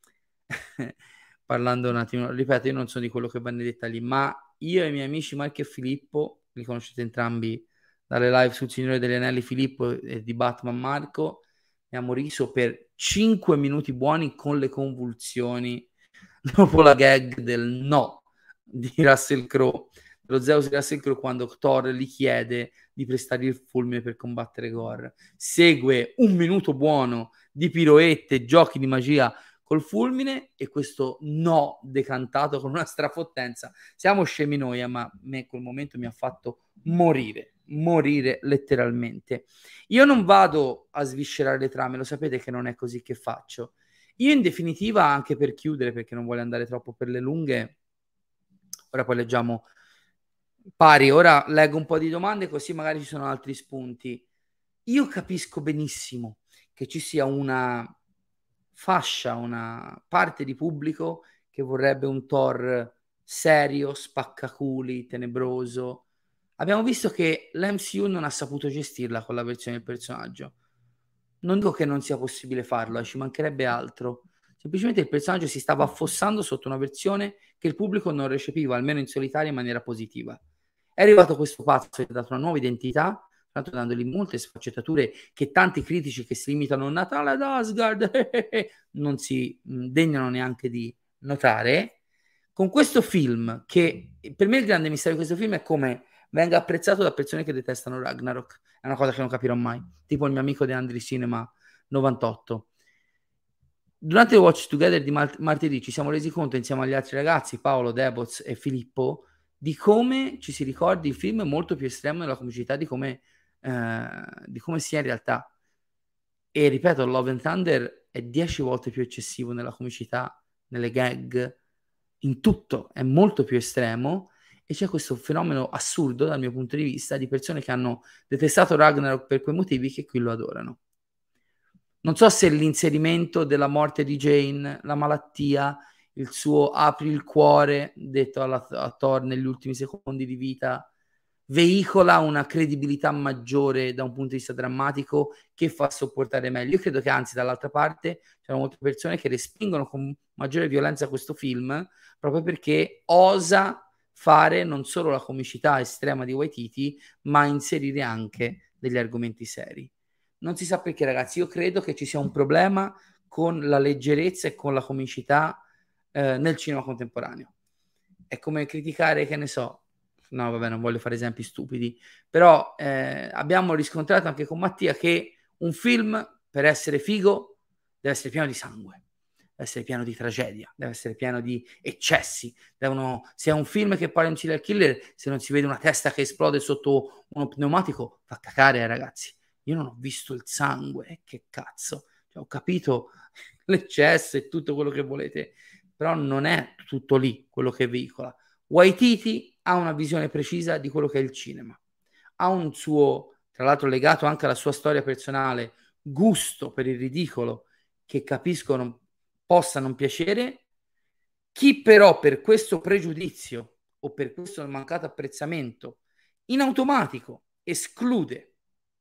parlando un attimo, ripeto, io non sono di quello che va nei dettagli, ma io e i miei amici Marco e Filippo, li conoscete entrambi dalle live sul Signore degli Anelli, Filippo, e di Batman Marco, abbiamo riso per cinque minuti buoni con le convulsioni dopo la gag del no di Russell Crowe, lo Zeus di Russell Crowe, quando Thor gli chiede di prestare il fulmine per combattere Gore. Segue un minuto buono di piroette, giochi di magia col fulmine e questo no decantato con una strafottenza. Siamo scemi noi, eh, ma a me in quel momento mi ha fatto morire, morire letteralmente. Io non vado a sviscerare le trame, lo sapete che non è così che faccio. Io in definitiva, anche per chiudere, perché non voglio andare troppo per le lunghe, ora poi leggiamo pari, ora leggo un po' di domande così magari ci sono altri spunti. Io capisco benissimo che ci sia una fascia, una parte di pubblico che vorrebbe un Thor serio, spaccaculi, tenebroso. Abbiamo visto che l'M C U non ha saputo gestirla con la versione del personaggio. Non dico che non sia possibile farlo, eh, ci mancherebbe altro. Semplicemente il personaggio si stava affossando sotto una versione che il pubblico non recepiva, almeno in solitaria, in maniera positiva. È arrivato questo pazzo che ha dato una nuova identità, tanto dandogli molte sfaccettature che tanti critici che si limitano a Natale ad Asgard non si mh, degnano neanche di notare. Con questo film, che per me il grande mistero di questo film è come venga apprezzato da persone che detestano Ragnarok. È una cosa che non capirò mai, tipo il mio amico De Andri Cinema novantotto. Durante il Watch Together di mar- martedì ci siamo resi conto insieme agli altri ragazzi, Paolo, Deboz e Filippo, di come ci si ricordi il film molto più estremo nella comicità di come, eh, di come sia in realtà. E ripeto, Love and Thunder è dieci volte più eccessivo nella comicità, nelle gag, in tutto, è molto più estremo. E c'è questo fenomeno assurdo dal mio punto di vista di persone che hanno detestato Ragnarok per quei motivi che qui lo adorano. Non so se l'inserimento della morte di Jane, la malattia, il suo apri il cuore detto alla, a Thor negli ultimi secondi di vita veicola una credibilità maggiore da un punto di vista drammatico che fa sopportare meglio. Io credo che anzi dall'altra parte c'erano molte persone che respingono con maggiore violenza questo film proprio perché osa fare non solo la comicità estrema di Waititi, ma inserire anche degli argomenti seri. Non si sa perché, ragazzi, io credo che ci sia un problema con la leggerezza e con la comicità eh, nel cinema contemporaneo. È come criticare, che ne so, no vabbè non voglio fare esempi stupidi, però eh, abbiamo riscontrato anche con Mattia che un film per essere figo deve essere pieno di sangue, deve essere pieno di tragedia, deve essere pieno di eccessi. Devono, se è un film che parla di un serial killer, se non si vede una testa che esplode sotto uno pneumatico, fa cacare, eh, ragazzi. Io non ho visto il sangue, eh, che cazzo, cioè, ho capito l'eccesso e tutto quello che volete, però non è tutto lì quello che veicola. Waititi ha una visione precisa di quello che è il cinema, ha un suo, tra l'altro legato anche alla sua storia personale, gusto per il ridicolo che capisco non, possa non piacere, Chi però per questo pregiudizio o per questo mancato apprezzamento in automatico esclude,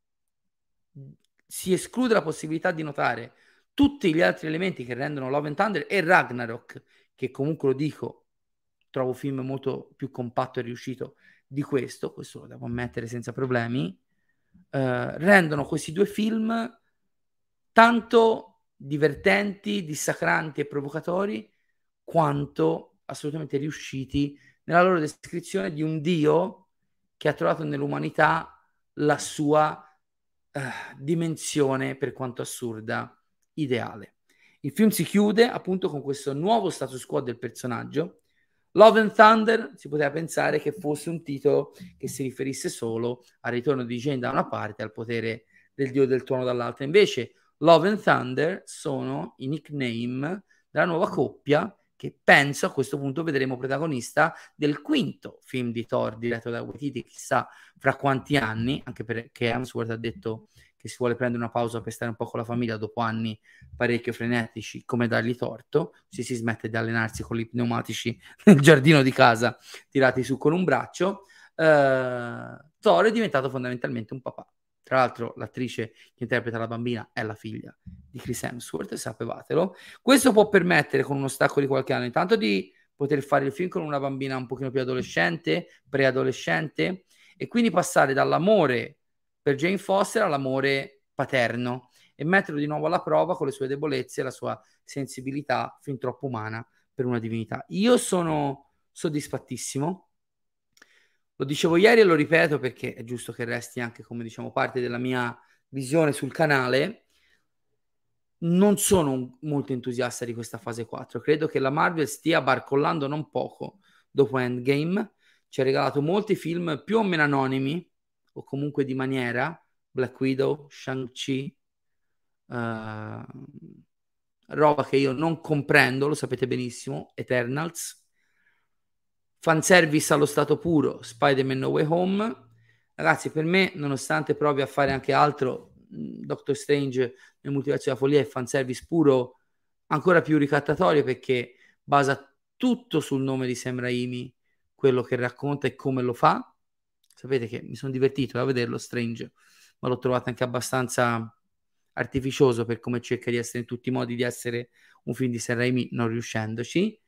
si esclude la possibilità di notare tutti gli altri elementi che rendono Love and Thunder e Ragnarok, che comunque lo dico, trovo film molto più compatto e riuscito di questo, questo lo devo ammettere senza problemi, eh, rendono questi due film tanto divertenti, dissacranti e provocatori quanto assolutamente riusciti nella loro descrizione di un Dio che ha trovato nell'umanità la sua eh, dimensione, per quanto assurda, ideale. Il film si chiude appunto con questo nuovo status quo del personaggio. Love and Thunder si poteva pensare che fosse un titolo che si riferisse solo al ritorno di Jane da una parte e al potere del dio del tuono dall'altra. Invece Love and Thunder sono i nickname della nuova coppia che penso a questo punto vedremo protagonista del quinto film di Thor diretto da Waititi, chissà fra quanti anni, anche perché Hemsworth ha detto che si vuole prendere una pausa per stare un po' con la famiglia dopo anni parecchio frenetici, come dargli torto, se si smette di allenarsi con gli pneumatici nel giardino di casa tirati su con un braccio. uh, Thor è diventato fondamentalmente un papà. Tra l'altro l'attrice che interpreta la bambina è la figlia di Chris Hemsworth, sapevatelo. Questo può permettere, con uno stacco di qualche anno, intanto di poter fare il film con una bambina un pochino più adolescente, preadolescente, e quindi passare dall'amore per Jane Foster all'amore paterno e metterlo di nuovo alla prova con le sue debolezze e la sua sensibilità fin troppo umana per una divinità. Io sono soddisfattissimo. Lo dicevo ieri e lo ripeto perché è giusto che resti anche, come diciamo, parte della mia visione sul canale. Non sono molto entusiasta di questa fase quattro. Credo che la Marvel stia barcollando non poco dopo Endgame. Ci ha regalato molti film più o meno anonimi o comunque di maniera. Black Widow, Shang-Chi, uh, roba che io non comprendo, lo sapete benissimo, Eternals. Fanservice allo stato puro, Spider-Man No Way Home. Ragazzi, per me, nonostante provi a fare anche altro, Doctor Strange nel multiverso della follia è fanservice puro, ancora più ricattatorio, perché basa tutto sul nome di Sam Raimi, quello che racconta e come lo fa. Sapete che mi sono divertito a vederlo Strange, ma l'ho trovato anche abbastanza artificioso per come cerca di essere in tutti i modi di essere un film di Sam Raimi, non riuscendoci.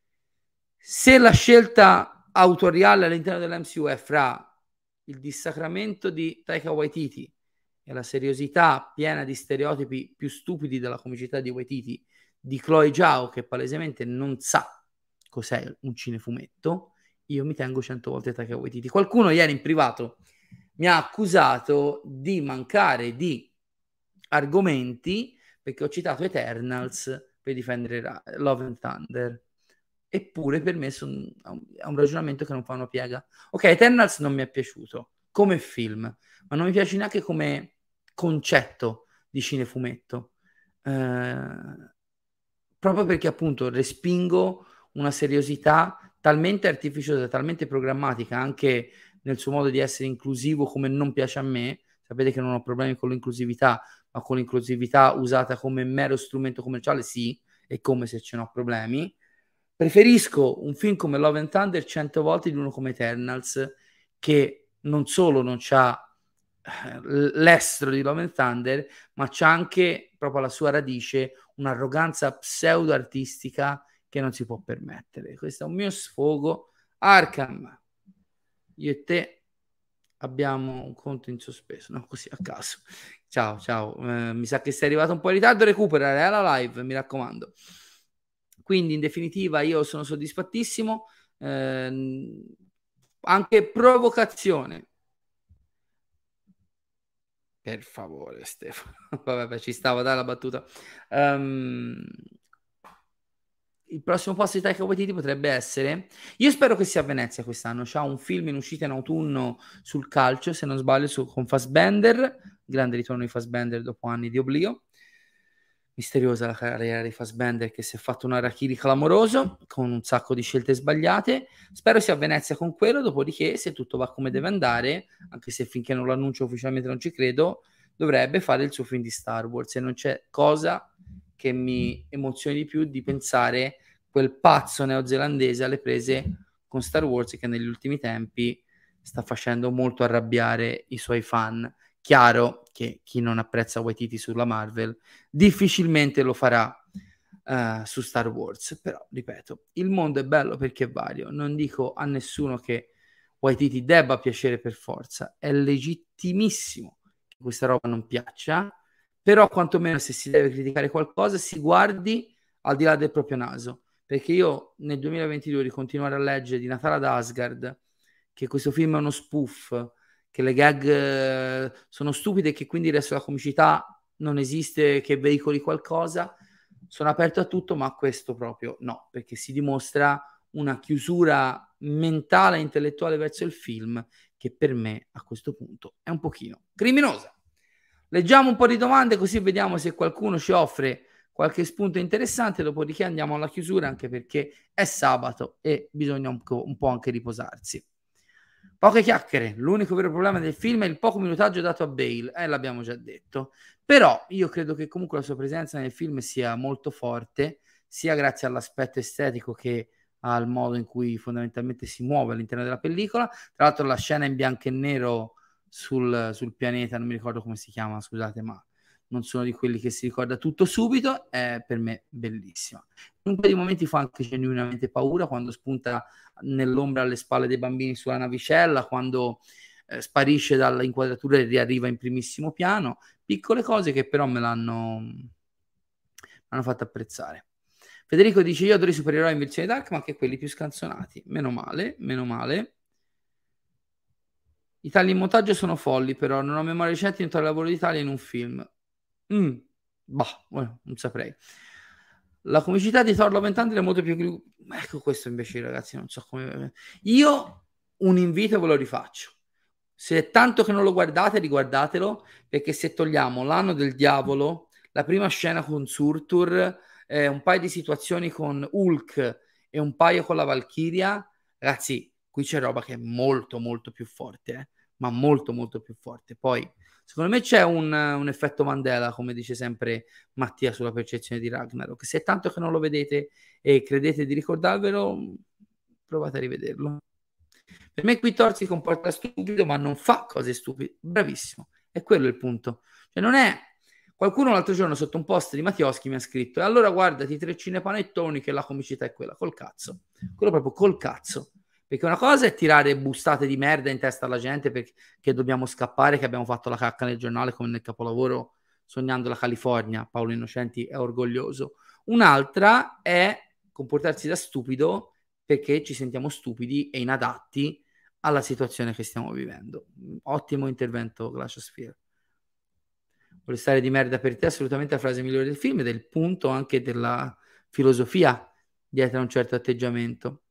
Se la scelta autoriale all'interno dell'M C U è fra il dissacramento di Taika Waititi e la seriosità piena di stereotipi più stupidi della comicità di Waititi di Chloe Zhao, che palesemente non sa cos'è un cinefumetto, io mi tengo cento volte Taika Waititi. Qualcuno ieri in privato mi ha accusato di mancare di argomenti perché ho citato Eternals per difendere Love and Thunder. Eppure per me son, è un ragionamento che non fa una piega. Ok, Eternals non mi è piaciuto come film, ma non mi piace neanche come concetto di cinefumetto, eh, proprio perché appunto respingo una seriosità talmente artificiosa, talmente programmatica, anche nel suo modo di essere inclusivo come non piace a me. Sapete che non ho problemi con l'inclusività, ma con l'inclusività usata come mero strumento commerciale sì, e come se ce n'ho problemi. Preferisco un film come Love and Thunder cento volte di uno come Eternals, che non solo non c'ha l'estro di Love and Thunder, ma c'ha anche proprio alla sua radice un'arroganza pseudo-artistica che non si può permettere. Questo è un mio sfogo. Arkham, io e te abbiamo un conto in sospeso, no? Così a caso. Ciao, ciao. Eh, mi sa che sei arrivato un po' in ritardo, recupera eh, la live, mi raccomando. Quindi in definitiva io sono soddisfattissimo, eh, anche provocazione. Per favore Stefano, vabbè ci stava dai la battuta. Um, il prossimo posto di Taika Waititi potrebbe essere, io spero che sia a Venezia quest'anno, c'ha un film in uscita in autunno sul calcio, se non sbaglio, su, con Fassbender, grande ritorno di Fassbender dopo anni di oblio. Misteriosa la carriera di Fassbender, che si è fatto un harakiri clamoroso con un sacco di scelte sbagliate. Spero sia a Venezia con quello, dopodiché se tutto va come deve andare, anche se finché non lo annuncio ufficialmente non ci credo, dovrebbe fare il suo film di Star Wars, e non c'è cosa che mi emozioni di più di pensare quel pazzo neozelandese alle prese con Star Wars, che negli ultimi tempi sta facendo molto arrabbiare i suoi fan. Chiaro che chi non apprezza Waititi sulla Marvel difficilmente lo farà uh, su Star Wars, però ripeto, il mondo è bello perché è vario. Non dico a nessuno che Waititi debba piacere per forza, è legittimissimo che questa roba non piaccia, però quantomeno se si deve criticare qualcosa si guardi al di là del proprio naso, perché io nel duemilaventidue di continuare a leggere di Natale ad Asgard che questo film è uno spoof, che le gag eh, sono stupide e che quindi il resto della comicità non esiste, che veicoli qualcosa, sono aperto a tutto, ma questo proprio no, perché si dimostra una chiusura mentale e intellettuale verso il film che per me a questo punto è un pochino criminosa. Leggiamo un po' di domande così vediamo se qualcuno ci offre qualche spunto interessante, dopodiché andiamo alla chiusura anche perché è sabato e bisogna un po', un po' anche riposarsi. Poche chiacchiere, l'unico vero problema del film è il poco minutaggio dato a Bale, eh, l'abbiamo già detto, però io credo che comunque la sua presenza nel film sia molto forte, sia grazie all'aspetto estetico che al modo in cui fondamentalmente si muove all'interno della pellicola. Tra l'altro la scena in bianco e nero sul, sul pianeta, non mi ricordo come si chiama, scusate, ma non sono di quelli che si ricorda tutto subito, è per me bellissima. In un paio di momenti fa anche genuinamente paura, quando spunta nell'ombra alle spalle dei bambini sulla navicella, quando eh, sparisce dall'inquadratura e riarriva in primissimo piano, piccole cose che però me l'hanno, me l'hanno fatto apprezzare. Federico dice: io adoro i supereroi in versione dark, ma anche quelli più scanzonati. Meno male, meno male. I tagli in montaggio sono folli, però non ho memoria recente di notare il lavoro d'Italia in un film. Mm, bah, bueno, non saprei. La comicità di Thor Love and Thunder è molto più... Ecco, questo invece, ragazzi, non so come... Io un invito ve lo rifaccio. Se è tanto che non lo guardate, riguardatelo, perché se togliamo l'anno del diavolo, la prima scena con Surtur, eh, un paio di situazioni con Hulk e un paio con la Valchiria, ragazzi, qui c'è roba che è molto, molto più forte, eh? Ma molto, molto più forte. Poi, secondo me c'è un, un effetto Mandela, come dice sempre Mattia sulla percezione di Ragnarok. Se è tanto che non lo vedete e credete di ricordarvelo, provate a rivederlo. Per me qui Thor si comporta stupido, ma non fa cose stupide. Bravissimo. E quello è il punto. Cioè non è... Qualcuno l'altro giorno sotto un post di Mattioschi mi ha scritto: e allora guardati tre cinepanettoni che la comicità è quella. Col cazzo. Quello proprio col cazzo. Perché una cosa è tirare bustate di merda in testa alla gente perché dobbiamo scappare, che abbiamo fatto la cacca nel giornale come nel capolavoro Sognando la California. Paolo Innocenti è orgoglioso. Un'altra è comportarsi da stupido perché ci sentiamo stupidi e inadatti alla situazione che stiamo vivendo. Ottimo intervento, Glacial Sphere. Vuole stare di merda per te, assolutamente la frase migliore del film ed è il punto anche della filosofia dietro a un certo atteggiamento.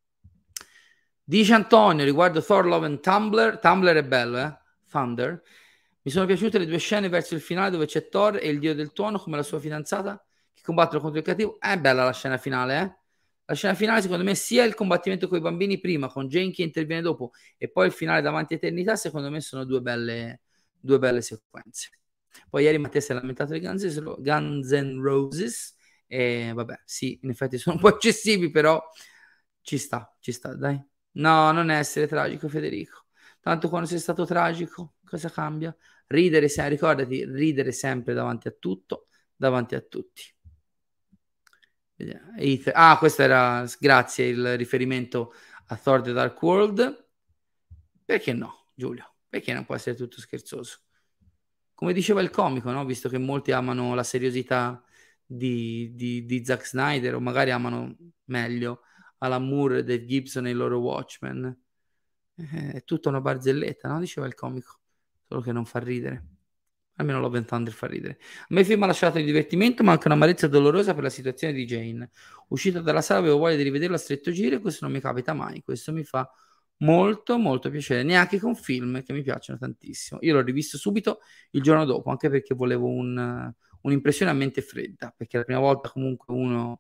Dice Antonio riguardo Thor Love and Thunder, Tumblr è bello, eh? Thunder. Mi sono piaciute le due scene verso il finale dove c'è Thor e il dio del tuono come la sua fidanzata che combattono contro il cattivo. È bella la scena finale, eh? La scena finale secondo me sia il combattimento con i bambini prima, con Jane che interviene dopo e poi il finale davanti a eternità, secondo me sono due belle, due belle sequenze. Poi ieri Mattia si è lamentato di Guns, Guns N' Roses e vabbè, sì, in effetti sono un po' eccessivi, però ci sta, ci sta, dai. No, non essere tragico, Federico. Tanto quando sei stato tragico, cosa cambia? Ridere, se, ricordati, ridere sempre davanti a tutto, davanti a tutti. Ah, questo era, grazie, il riferimento a Thor The Dark World. Perché no, Giulio? Perché non può essere tutto scherzoso? Come diceva il comico, no? Visto che molti amano la seriosità di, di, di Zack Snyder, o magari amano meglio Alan Moore e Dave Gibson e il loro Watchmen. Eh, è tutta una barzelletta, no? Diceva il comico, solo che non fa ridere. Almeno Love and Thunder fa ridere. A me il film ha lasciato il divertimento, ma anche un'amarezza dolorosa per la situazione di Jane. Uscito dalla sala avevo voglia di rivederlo a stretto giro e questo non mi capita mai. Questo mi fa molto molto piacere, neanche con film che mi piacciono tantissimo. Io l'ho rivisto subito il giorno dopo, anche perché volevo un, un'impressione a mente fredda, perché la prima volta comunque uno...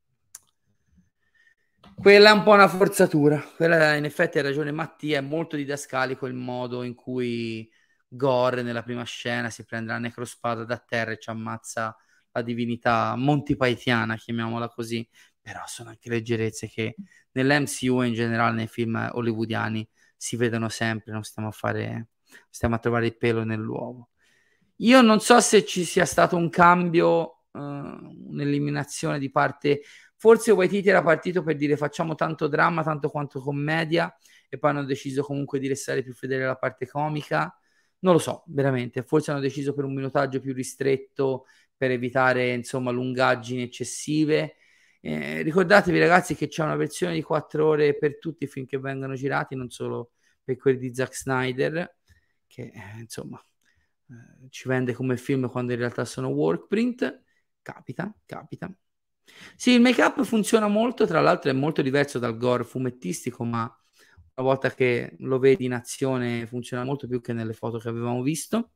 Quella è un po' una forzatura. Quella in effetti ha ragione Mattia, è molto didascalico il modo in cui Gore nella prima scena si prende la necrospada da terra e ci ammazza la divinità montipaitiana, chiamiamola così, però sono anche leggerezze che nell'M C U e in generale nei film hollywoodiani si vedono sempre, non stiamo a fare, stiamo a trovare il pelo nell'uovo. Io non so se ci sia stato un cambio, uh, un'eliminazione di parte, forse Waititi era partito per dire facciamo tanto dramma, tanto quanto commedia, e poi hanno deciso comunque di restare più fedeli alla parte comica. Non lo so, veramente, forse hanno deciso per un minutaggio più ristretto, per evitare, insomma, lungaggini eccessive. Eh, ricordatevi, ragazzi, che c'è una versione di quattro ore per tutti i film che vengono girati, non solo per quelli di Zack Snyder, che, eh, insomma, eh, ci vende come film quando in realtà sono work print. Capita, capita. Sì, il make-up funziona molto, tra l'altro è molto diverso dal gore fumettistico, ma una volta che lo vedi in azione funziona molto più che nelle foto che avevamo visto.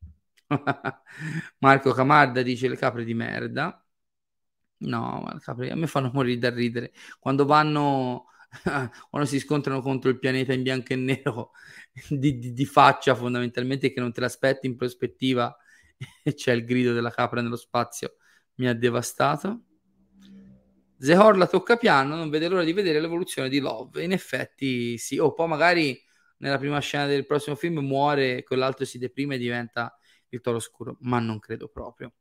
Marco Camarda dice le capre di merda. No, ma le capre a me fanno morire da ridere quando vanno quando si scontrano contro il pianeta in bianco e nero di, di, di faccia, fondamentalmente, che non te l'aspetti in prospettiva e c'è il grido della capra nello spazio. Mi ha devastato. Zehor la tocca piano, non vede l'ora di vedere l'evoluzione di Love. In effetti sì, o oh, poi magari nella prima scena del prossimo film muore, quell'altro si deprime e diventa il Toro Oscuro, ma non credo proprio.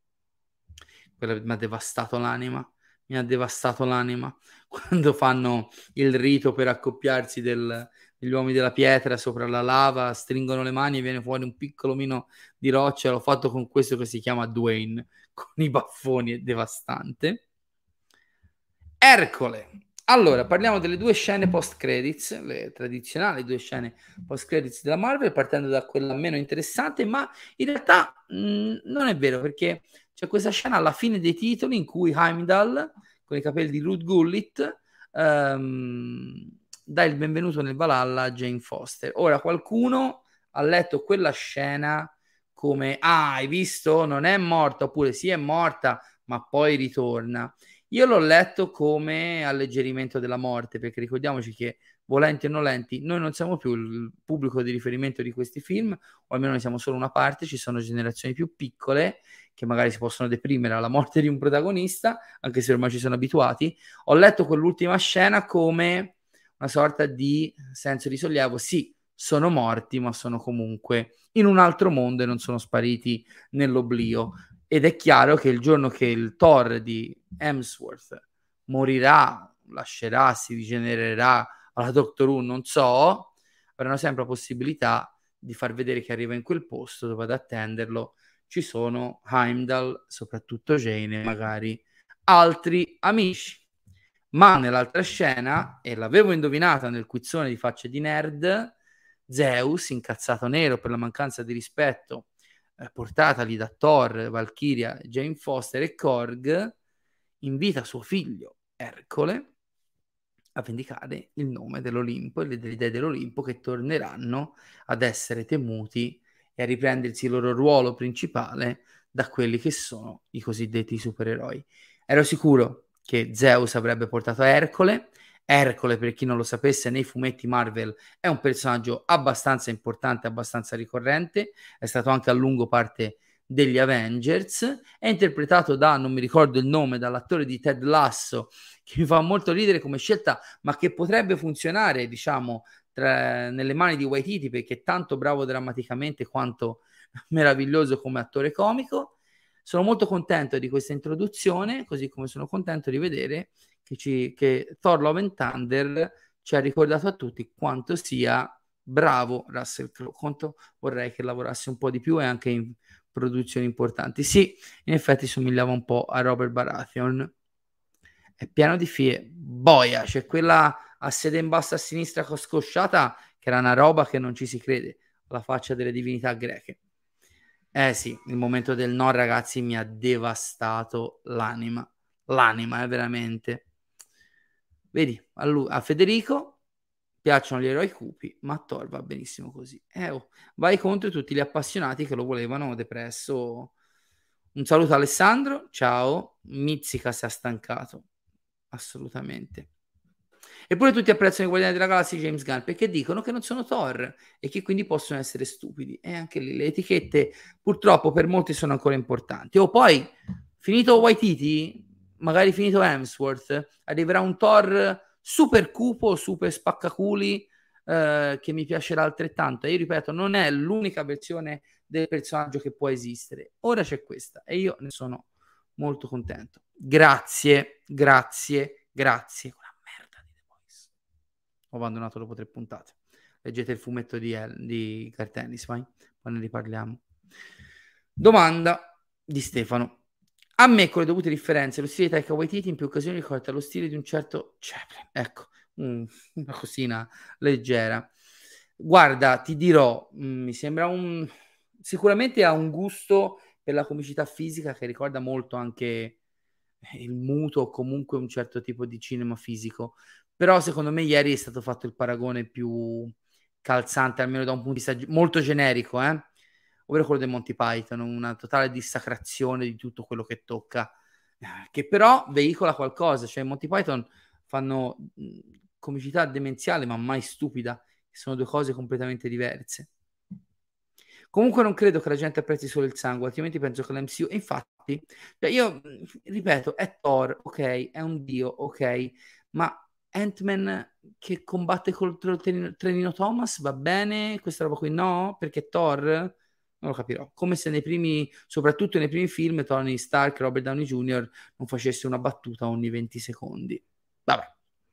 Quello mi ha devastato l'anima, mi ha devastato l'anima quando fanno il rito per accoppiarsi del, degli uomini della pietra sopra la lava, stringono le mani e viene fuori un piccolo mino di roccia. L'ho fatto con questo che si chiama Dwayne, con i baffoni, è devastante. Ercole. Allora, parliamo delle due scene post-credits, le tradizionali due scene post-credits della Marvel, partendo da quella meno interessante, ma in realtà mh, non è vero, perché c'è questa scena alla fine dei titoli in cui Heimdall, con i capelli di Ruth Gullit, um, dà il benvenuto nel Valhalla a Jane Foster. Ora, qualcuno ha letto quella scena come, ah, hai visto? Non è morta, oppure sì è morta, ma poi ritorna. Io l'ho letto come alleggerimento della morte, perché ricordiamoci che, volenti o nolenti, noi non siamo più il pubblico di riferimento di questi film, o almeno ne siamo solo una parte. Ci sono generazioni più piccole che magari si possono deprimere alla morte di un protagonista, anche se ormai ci sono abituati. Ho letto quell'ultima scena come una sorta di senso di sollievo. Sì, sono morti, ma sono comunque in un altro mondo e non sono spariti nell'oblio. Ed è chiaro che il giorno che il Thor di Hemsworth morirà, lascerà, si rigenererà alla Doctor Who, non so, avranno sempre la possibilità di far vedere che arriva in quel posto dove ad attenderlo ci sono Heimdall, soprattutto Jane e magari altri amici. Ma nell'altra scena, e l'avevo indovinata nel quizzone di Facce di Nerd, Zeus, incazzato nero per la mancanza di rispetto eh, portatagli da Thor, Valkyria, Jane Foster e Korg, invita suo figlio Ercole a vendicare il nome dell'Olimpo e delle dei dell'Olimpo, che torneranno ad essere temuti e a riprendersi il loro ruolo principale da quelli che sono i cosiddetti supereroi. Ero sicuro che Zeus avrebbe portato Ercole. Ercole, per chi non lo sapesse, nei fumetti Marvel è un personaggio abbastanza importante, abbastanza ricorrente, è stato anche a lungo parte degli Avengers, è interpretato da, non mi ricordo il nome, dall'attore di Ted Lasso, che mi fa molto ridere come scelta, ma che potrebbe funzionare, diciamo, tra, nelle mani di Waititi, perché è tanto bravo drammaticamente quanto meraviglioso come attore comico. Sono molto contento di questa introduzione, così come sono contento di vedere che, ci, che Thor Love and Thunder ci ha ricordato a tutti quanto sia bravo Russell Crowe. Quanto vorrei che lavorasse un po' di più e anche in produzioni importanti. Sì, in effetti somigliava un po' a Robert Baratheon. È pieno di fie. Boia, c'è quella a sede in basso a sinistra scosciata, che era una roba che non ci si crede, alla faccia delle divinità greche. Eh sì, il momento del no, ragazzi, mi ha devastato l'anima. L'anima, è eh, veramente. Vedi, a, lui, a Federico piacciono gli eroi cupi, ma a Thor va benissimo così. Eh, oh, vai contro tutti gli appassionati che lo volevano depresso. Un saluto a Alessandro, ciao. Mizzica si è stancato, assolutamente. Eppure tutti apprezzano i Guardiani della Galassia di James Gunn, perché dicono che non sono Thor e che quindi possono essere stupidi. E anche lì le etichette purtroppo per molti sono ancora importanti. O oh, poi, finito Waititi, magari finito Hemsworth, arriverà un Thor super cupo, super spaccaculi, eh, che mi piacerà altrettanto. E io ripeto, non è l'unica versione del personaggio che può esistere. Ora c'è questa e io ne sono molto contento. Grazie, grazie, grazie. Una merda di The Voice. Ho abbandonato dopo tre puntate. Leggete il fumetto di, El, di Gartenis, vai, poi ne riparliamo. Domanda di Stefano. A me, con le dovute differenze, lo stile di Taika Waititi in più occasioni ricorda lo stile di un certo Chaplin. Ecco, mm, una cosina leggera. Guarda, ti dirò, mm, mi sembra un... Sicuramente ha un gusto per la comicità fisica che ricorda molto anche il muto o comunque un certo tipo di cinema fisico. Però secondo me ieri è stato fatto il paragone più calzante, almeno da un punto di vista molto generico, eh? Ovvero quello del Monty Python, una totale dissacrazione di tutto quello che tocca, che però veicola qualcosa. Cioè, Monty Python fanno mh, comicità demenziale, ma mai stupida. Sono due cose completamente diverse. Comunque non credo che la gente apprezzi solo il sangue, altrimenti penso che l'M C U... Infatti, cioè io ripeto, è Thor, ok, è un dio, ok, ma Ant-Man che combatte contro il trenino, trenino Thomas, va bene? Questa roba qui no? Perché Thor... Non lo capirò. Come se nei primi, soprattutto nei primi film, Tony Stark, Robert Downey junior non facesse una battuta ogni venti secondi. Vabbè.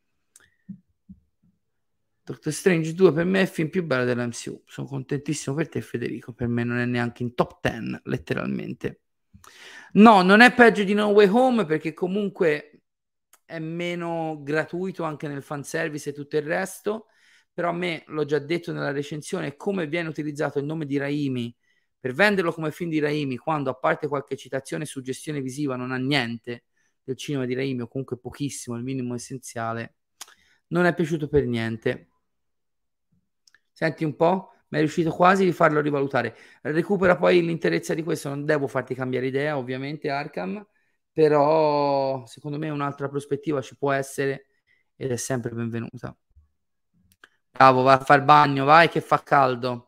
Doctor Strange due per me è il film più bello dell'M C U. Sono contentissimo per te, Federico. Per me non è neanche in top dieci, letteralmente. No, non è peggio di No Way Home perché comunque è meno gratuito anche nel fanservice e tutto il resto. Però a me, l'ho già detto nella recensione, come viene utilizzato il nome di Raimi per venderlo come film di Raimi, quando a parte qualche citazione e suggestione visiva non ha niente del cinema di Raimi o comunque pochissimo, il minimo essenziale, non è piaciuto per niente. Senti un po', mi è riuscito quasi di farlo rivalutare. Recupera poi l'interezza di questo, non devo farti cambiare idea, ovviamente, Arkham, però secondo me un'altra prospettiva ci può essere ed è sempre benvenuta. Bravo, vai a fare il bagno, vai che fa caldo.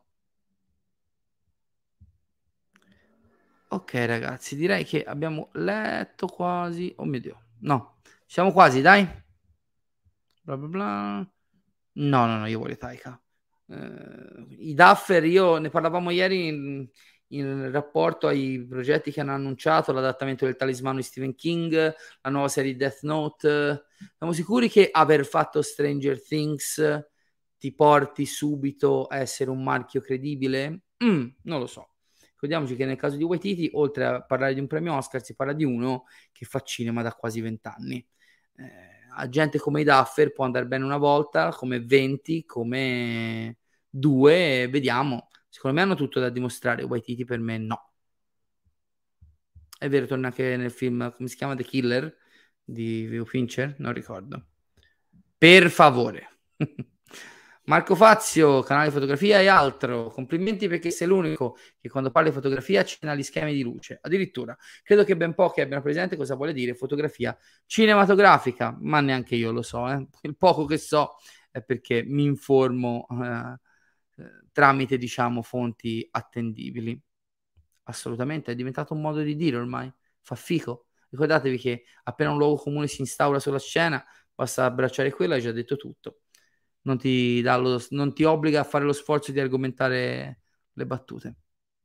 Ok ragazzi, direi che abbiamo letto quasi... Oh mio Dio, no, siamo quasi, dai. Bla bla bla. No, no, no, io voglio Taika. Uh, I Duffer, io ne parlavamo ieri in, in rapporto ai progetti che hanno annunciato, l'adattamento del Talismano di Stephen King, la nuova serie di Death Note. Siamo sicuri che aver fatto Stranger Things ti porti subito a essere un marchio credibile? Mm, non lo so. Ricordiamoci che nel caso di Waititi, oltre a parlare di un premio Oscar, si parla di uno che fa cinema da quasi vent'anni. Eh, a gente come i Duffer può andare bene una volta, come venti, come due, vediamo. Secondo me hanno tutto da dimostrare. Waititi per me no. È vero, torna anche nel film, come si chiama, The Killer di Vio Fincher? Non ricordo. Per favore. Marco Fazio, canale fotografia e altro. Complimenti perché sei l'unico che quando parli di fotografia accena gli schemi di luce. Addirittura, credo che ben pochi abbiano presente cosa vuole dire fotografia cinematografica, ma neanche io lo so. Eh. Il poco che so è perché mi informo eh, eh, tramite, diciamo, fonti attendibili. Assolutamente, è diventato un modo di dire ormai. Fa fico. Ricordatevi che appena un luogo comune si instaura sulla scena, basta abbracciare quello e hai già detto tutto. Non ti, dà lo, non ti obbliga a fare lo sforzo di argomentare le battute.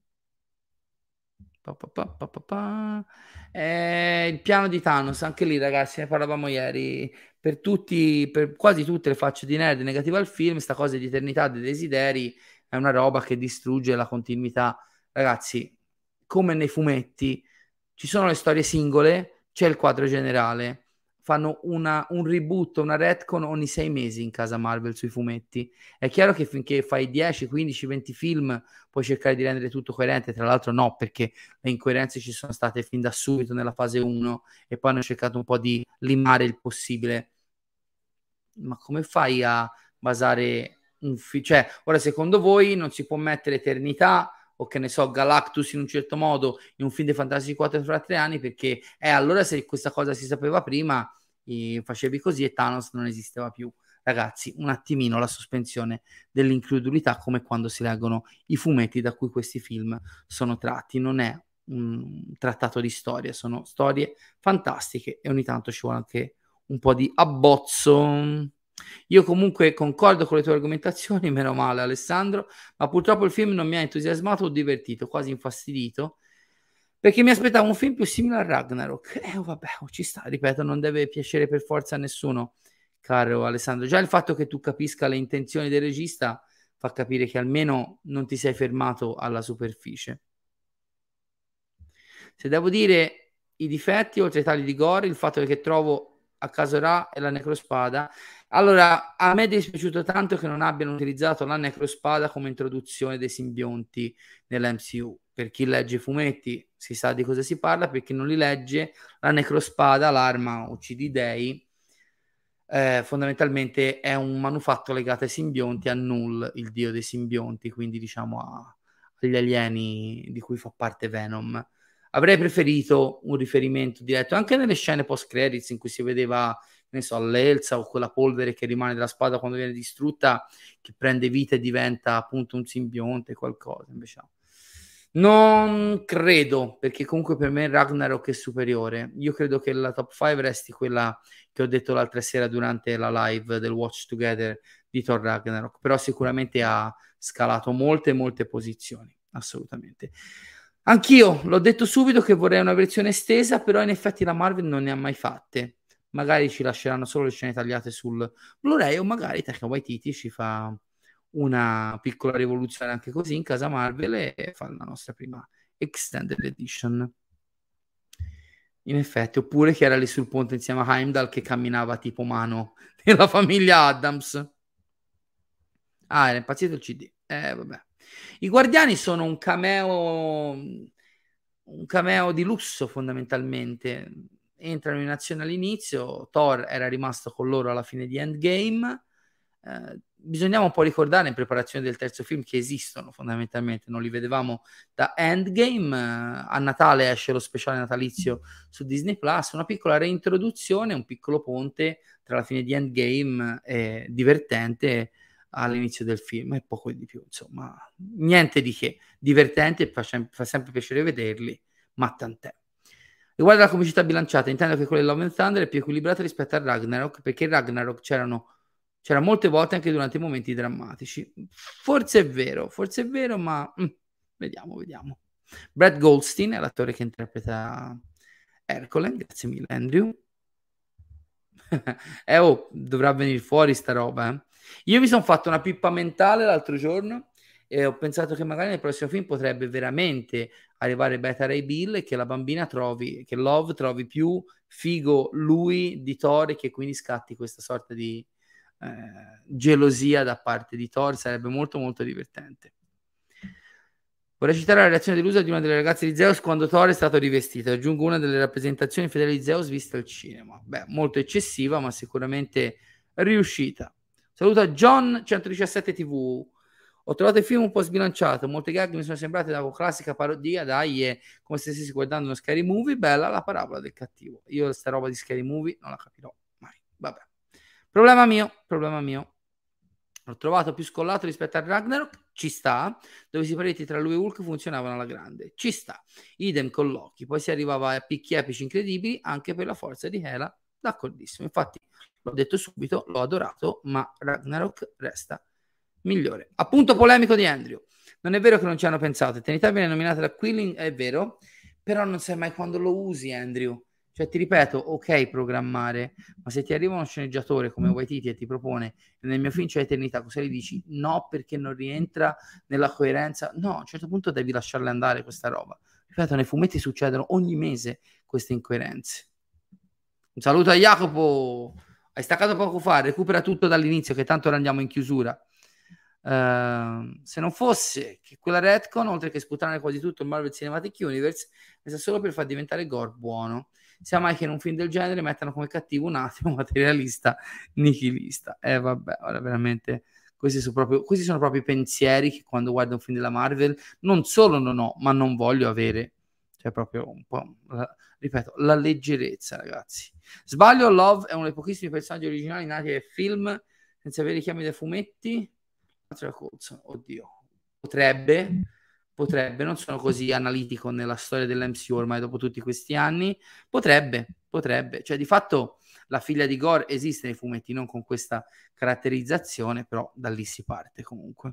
Pa, pa, pa, pa, pa, pa. Eh, il piano di Thanos, anche lì ragazzi, ne parlavamo ieri, per tutti, per quasi tutte le facce di nerd negative al film, sta cosa di eternità dei desideri è una roba che distrugge la continuità. Ragazzi, come nei fumetti, ci sono le storie singole, c'è il quadro generale. Fanno una, un reboot, una retcon ogni sei mesi in casa Marvel sui fumetti. È chiaro che finché fai dieci, quindici, venti film puoi cercare di rendere tutto coerente. Tra l'altro no, perché le incoerenze ci sono state fin da subito nella fase uno e poi hanno cercato un po' di limare il possibile. Ma come fai a basare un film? Cioè, ora secondo voi non si può mettere eternità o che ne so, Galactus in un certo modo in un film di Fantasy quattro fra tre anni perché eh, allora se questa cosa si sapeva prima eh, facevi così e Thanos non esisteva più. Ragazzi, un attimino la sospensione dell'incredulità come quando si leggono i fumetti da cui questi film sono tratti. Non è un trattato di storia, sono storie fantastiche e ogni tanto ci vuole anche un po' di abbozzo. Io comunque concordo con le tue argomentazioni, meno male Alessandro, ma purtroppo il film non mi ha entusiasmato o divertito, quasi infastidito, perché mi aspettavo un film più simile a Ragnarok. Eh vabbè, oh, ci sta, ripeto, non deve piacere per forza a nessuno, caro Alessandro. Già il fatto che tu capisca le intenzioni del regista fa capire che almeno non ti sei fermato alla superficie. Se devo dire i difetti, oltre ai tagli di gore, il fatto che trovo a caso Ra e la necrospada. Allora, a me è dispiaciuto tanto che non abbiano utilizzato la necrospada come introduzione dei simbionti nell'M C U. Per chi legge i fumetti si sa di cosa si parla, per chi non li legge, la necrospada, l'arma uccidi dei, eh, fondamentalmente è un manufatto legato ai simbionti, a Null, il dio dei simbionti, quindi diciamo a, agli alieni di cui fa parte Venom. Avrei preferito un riferimento diretto anche nelle scene post credits in cui si vedeva, ne so, l'Elsa o quella polvere che rimane della spada quando viene distrutta, che prende vita e diventa appunto un simbionte, qualcosa. Invece non credo, perché comunque per me Ragnarok è superiore. Io credo che la top cinque resti quella che ho detto l'altra sera durante la live del Watch Together di Thor Ragnarok, però sicuramente ha scalato molte molte posizioni, assolutamente. Anch'io l'ho detto subito che vorrei una versione estesa, però in effetti la Marvel non ne ha mai fatte. Magari ci lasceranno solo le scene tagliate sul Blu-ray o magari Taika Waititi ci fa una piccola rivoluzione anche così in casa Marvel e fa la nostra prima extended edition. In effetti, oppure che era lì sul ponte insieme a Heimdall che camminava tipo mano nella famiglia Addams. Ah, era impazzito il C D. Eh, vabbè. I Guardiani sono un cameo un cameo di lusso fondamentalmente. Entrano in azione all'inizio, Thor era rimasto con loro alla fine di Endgame. Eh, bisognava un po' ricordare in preparazione del terzo film che esistono fondamentalmente, non li vedevamo da Endgame. Eh, a Natale esce lo speciale natalizio su Disney Plus, una piccola reintroduzione, un piccolo ponte tra la fine di Endgame e divertente all'inizio del film e poco di più, insomma niente di che, divertente, fa, sem- fa sempre piacere vederli, ma tant'è. Riguardo alla comicità bilanciata, intendo che quella di Love and Thunder è più equilibrata rispetto a Ragnarok, perché in Ragnarok c'erano c'era molte volte anche durante i momenti drammatici. Forse è vero, forse è vero, ma mm, vediamo, vediamo. Brad Goldstein è l'attore che interpreta Ercole, grazie mille Andrew. eh oh, dovrà venire fuori sta roba, eh. Io mi sono fatto una pippa mentale l'altro giorno e ho pensato che magari nel prossimo film potrebbe veramente arrivare Beta Ray Bill e che la bambina trovi, che Love trovi più figo lui di Thor e che quindi scatti questa sorta di eh, gelosia da parte di Thor. Sarebbe molto molto divertente. Vorrei citare la reazione delusa di una delle ragazze di Zeus quando Thor è stato rivestito. Aggiungo una delle rappresentazioni fedeli di Zeus vista al cinema. Beh, molto eccessiva, ma sicuramente riuscita. Saluta John centodiciassette tivù. Ho trovato il film un po' sbilanciato, molte gag mi sono sembrate da classica parodia, dai, è come se stessi guardando uno Scary Movie, bella la parabola del cattivo. Io sta roba di Scary Movie non la capirò mai. Vabbè. Problema mio, problema mio. L'ho trovato più scollato rispetto a Ragnarok, ci sta, dove i pareti tra lui e Hulk funzionavano alla grande, ci sta. Idem con Loki, poi si arrivava a picchi epici incredibili anche per la forza di Hela, d'accordissimo. Infatti l'ho detto subito, l'ho adorato, ma Ragnarok resta migliore. Appunto polemico di Andrew. Non è vero che non ci hanno pensato, Eternità viene nominata da Quilling, è vero, però non sai mai quando lo usi, Andrew. Cioè, ti ripeto, ok programmare, ma se ti arriva uno sceneggiatore come Waititi e ti propone nel mio film c'è Eternità, cosa gli dici? No, perché non rientra nella coerenza. No, a un certo punto devi lasciarle andare questa roba. Ripeto, nei fumetti succedono ogni mese queste incoerenze. Un saluto a Jacopo. Hai staccato poco fa, recupera tutto dall'inizio che tanto ora andiamo in chiusura. Uh, se non fosse che quella retcon, oltre che sputare quasi tutto il Marvel Cinematic Universe, è solo per far diventare Gore buono. Sia mai che in un film del genere mettano come cattivo un attimo materialista nichilista. Eh vabbè, ora veramente questi sono proprio, questi sono proprio i pensieri che quando guardo un film della Marvel non solo non ho, ma non voglio avere. Cioè proprio un po', la, ripeto, la leggerezza, ragazzi. Sbaglio, Love è uno dei pochissimi personaggi originali nati nel film senza avere richiami dai fumetti. Oddio, potrebbe, potrebbe, non sono così analitico nella storia dell'M C U ormai dopo tutti questi anni, potrebbe, potrebbe, cioè di fatto la figlia di Gore esiste nei fumetti, non con questa caratterizzazione, però da lì si parte comunque.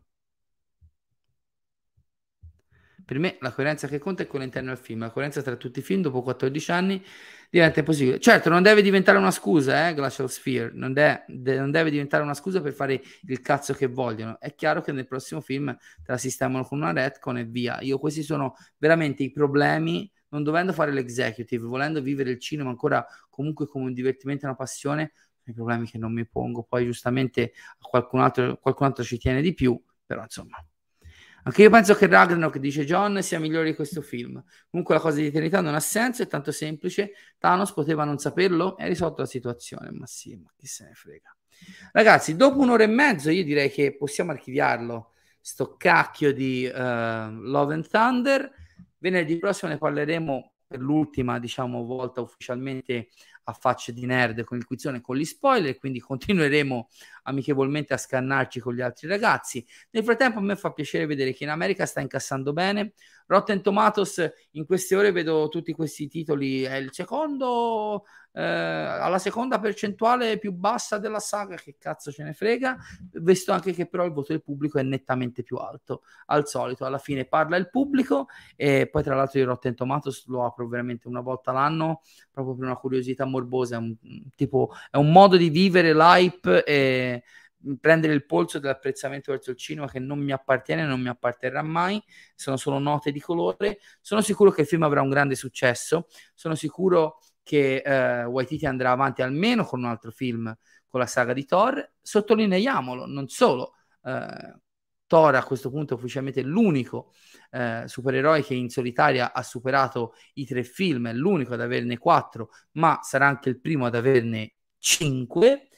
Per me la coerenza che conta è quella interna al film, la coerenza tra tutti i film dopo quattordici anni diventa impossibile. Certo, non deve diventare una scusa, eh, Glacial Sphere, non, de- de- non deve diventare una scusa per fare il cazzo che vogliono. È chiaro che nel prossimo film te la sistemano con una retcon e via. Io questi sono veramente i problemi, non dovendo fare l'executive, volendo vivere il cinema ancora comunque come un divertimento e una passione, i problemi che non mi pongo. Poi giustamente qualcun altro, qualcun altro ci tiene di più, però insomma... Anche io penso che Ragnarok, dice John, sia migliore di questo film. Comunque la cosa di eternità non ha senso, è tanto semplice. Thanos poteva non saperlo e ha risolto la situazione. Ma sì, ma chi se ne frega. Ragazzi, dopo un'ora e mezzo io direi che possiamo archiviarlo, sto cacchio di uh, Love and Thunder. Venerdì prossimo ne parleremo per l'ultima, diciamo, volta ufficialmente a facce di nerd con il quizzone, con gli spoiler, quindi continueremo amichevolmente a scannarci con gli altri ragazzi. Nel frattempo a me fa piacere vedere che in America sta incassando bene. Rotten Tomatoes, in queste ore vedo tutti questi titoli, è il secondo eh, alla seconda percentuale più bassa della saga, che cazzo ce ne frega. Visto anche che però il voto del pubblico è nettamente più alto al solito, alla fine parla il pubblico. E poi tra l'altro io Rotten Tomatoes lo apro veramente una volta l'anno proprio per una curiosità morbosa, è un, tipo, è un modo di vivere l'hype e prendere il polso dell'apprezzamento verso il cinema che non mi appartiene e non mi apparterrà mai. Sono solo note di colore. Sono sicuro che il film avrà un grande successo, sono sicuro che eh, Waititi andrà avanti almeno con un altro film con la saga di Thor. Sottolineiamolo, non solo eh, Thor a questo punto è ufficialmente l'unico eh, supereroe che in solitaria ha superato i tre film, è l'unico ad averne quattro, ma sarà anche il primo ad averne cinque.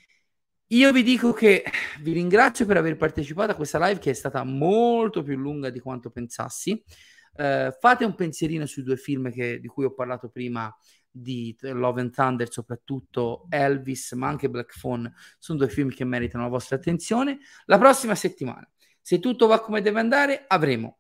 Io vi dico che vi ringrazio per aver partecipato a questa live che è stata molto più lunga di quanto pensassi. Eh, fate un pensierino sui due film che, di cui ho parlato prima, di Love and Thunder, soprattutto Elvis, ma anche Black Phone, sono due film che meritano la vostra attenzione. La prossima settimana, se tutto va come deve andare, avremo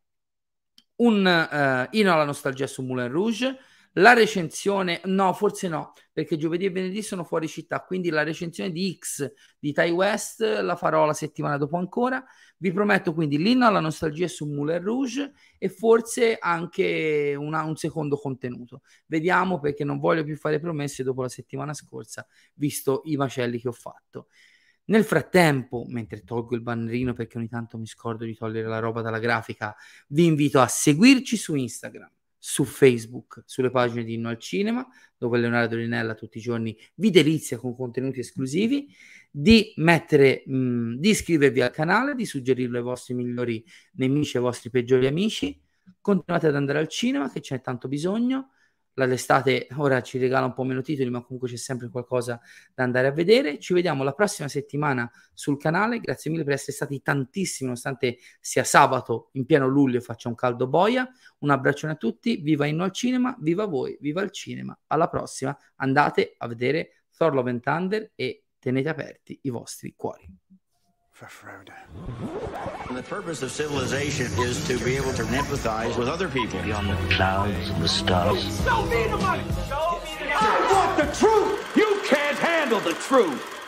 un uh, Inno alla nostalgia su Moulin Rouge, la recensione, no, forse no, perché giovedì e venerdì sono fuori città, quindi la recensione di X di Ty West la farò la settimana dopo ancora. Vi prometto quindi l'Inno alla nostalgia su Moulin Rouge e forse anche una, un secondo contenuto. Vediamo, perché non voglio più fare promesse dopo la settimana scorsa, visto i macelli che ho fatto. Nel frattempo, mentre tolgo il bannerino perché ogni tanto mi scordo di togliere la roba dalla grafica, vi invito a seguirci su Instagram, su Facebook, sulle pagine di Inno al Cinema, dove Leonardo Rinella tutti i giorni vi delizia con contenuti esclusivi, di mettere, mh, di iscrivervi al canale, di suggerirlo ai vostri migliori nemici, ai vostri peggiori amici. Continuate ad andare al cinema, che c'è tanto bisogno. L'estate ora ci regala un po' meno titoli, ma comunque c'è sempre qualcosa da andare a vedere. Ci vediamo la prossima settimana sul canale. Grazie mille per essere stati tantissimi, nonostante sia sabato in pieno luglio e faccia un caldo boia. Un abbraccione a tutti, viva Inno al Cinema, viva voi, viva il cinema. Alla prossima, andate a vedere Thor Love and Thunder e tenete aperti i vostri cuori. For Frodo. And the purpose of civilization is to be able to empathize with other people beyond the clouds and the stars. Show me the money! Show me the money! I want the truth! You can't handle the truth!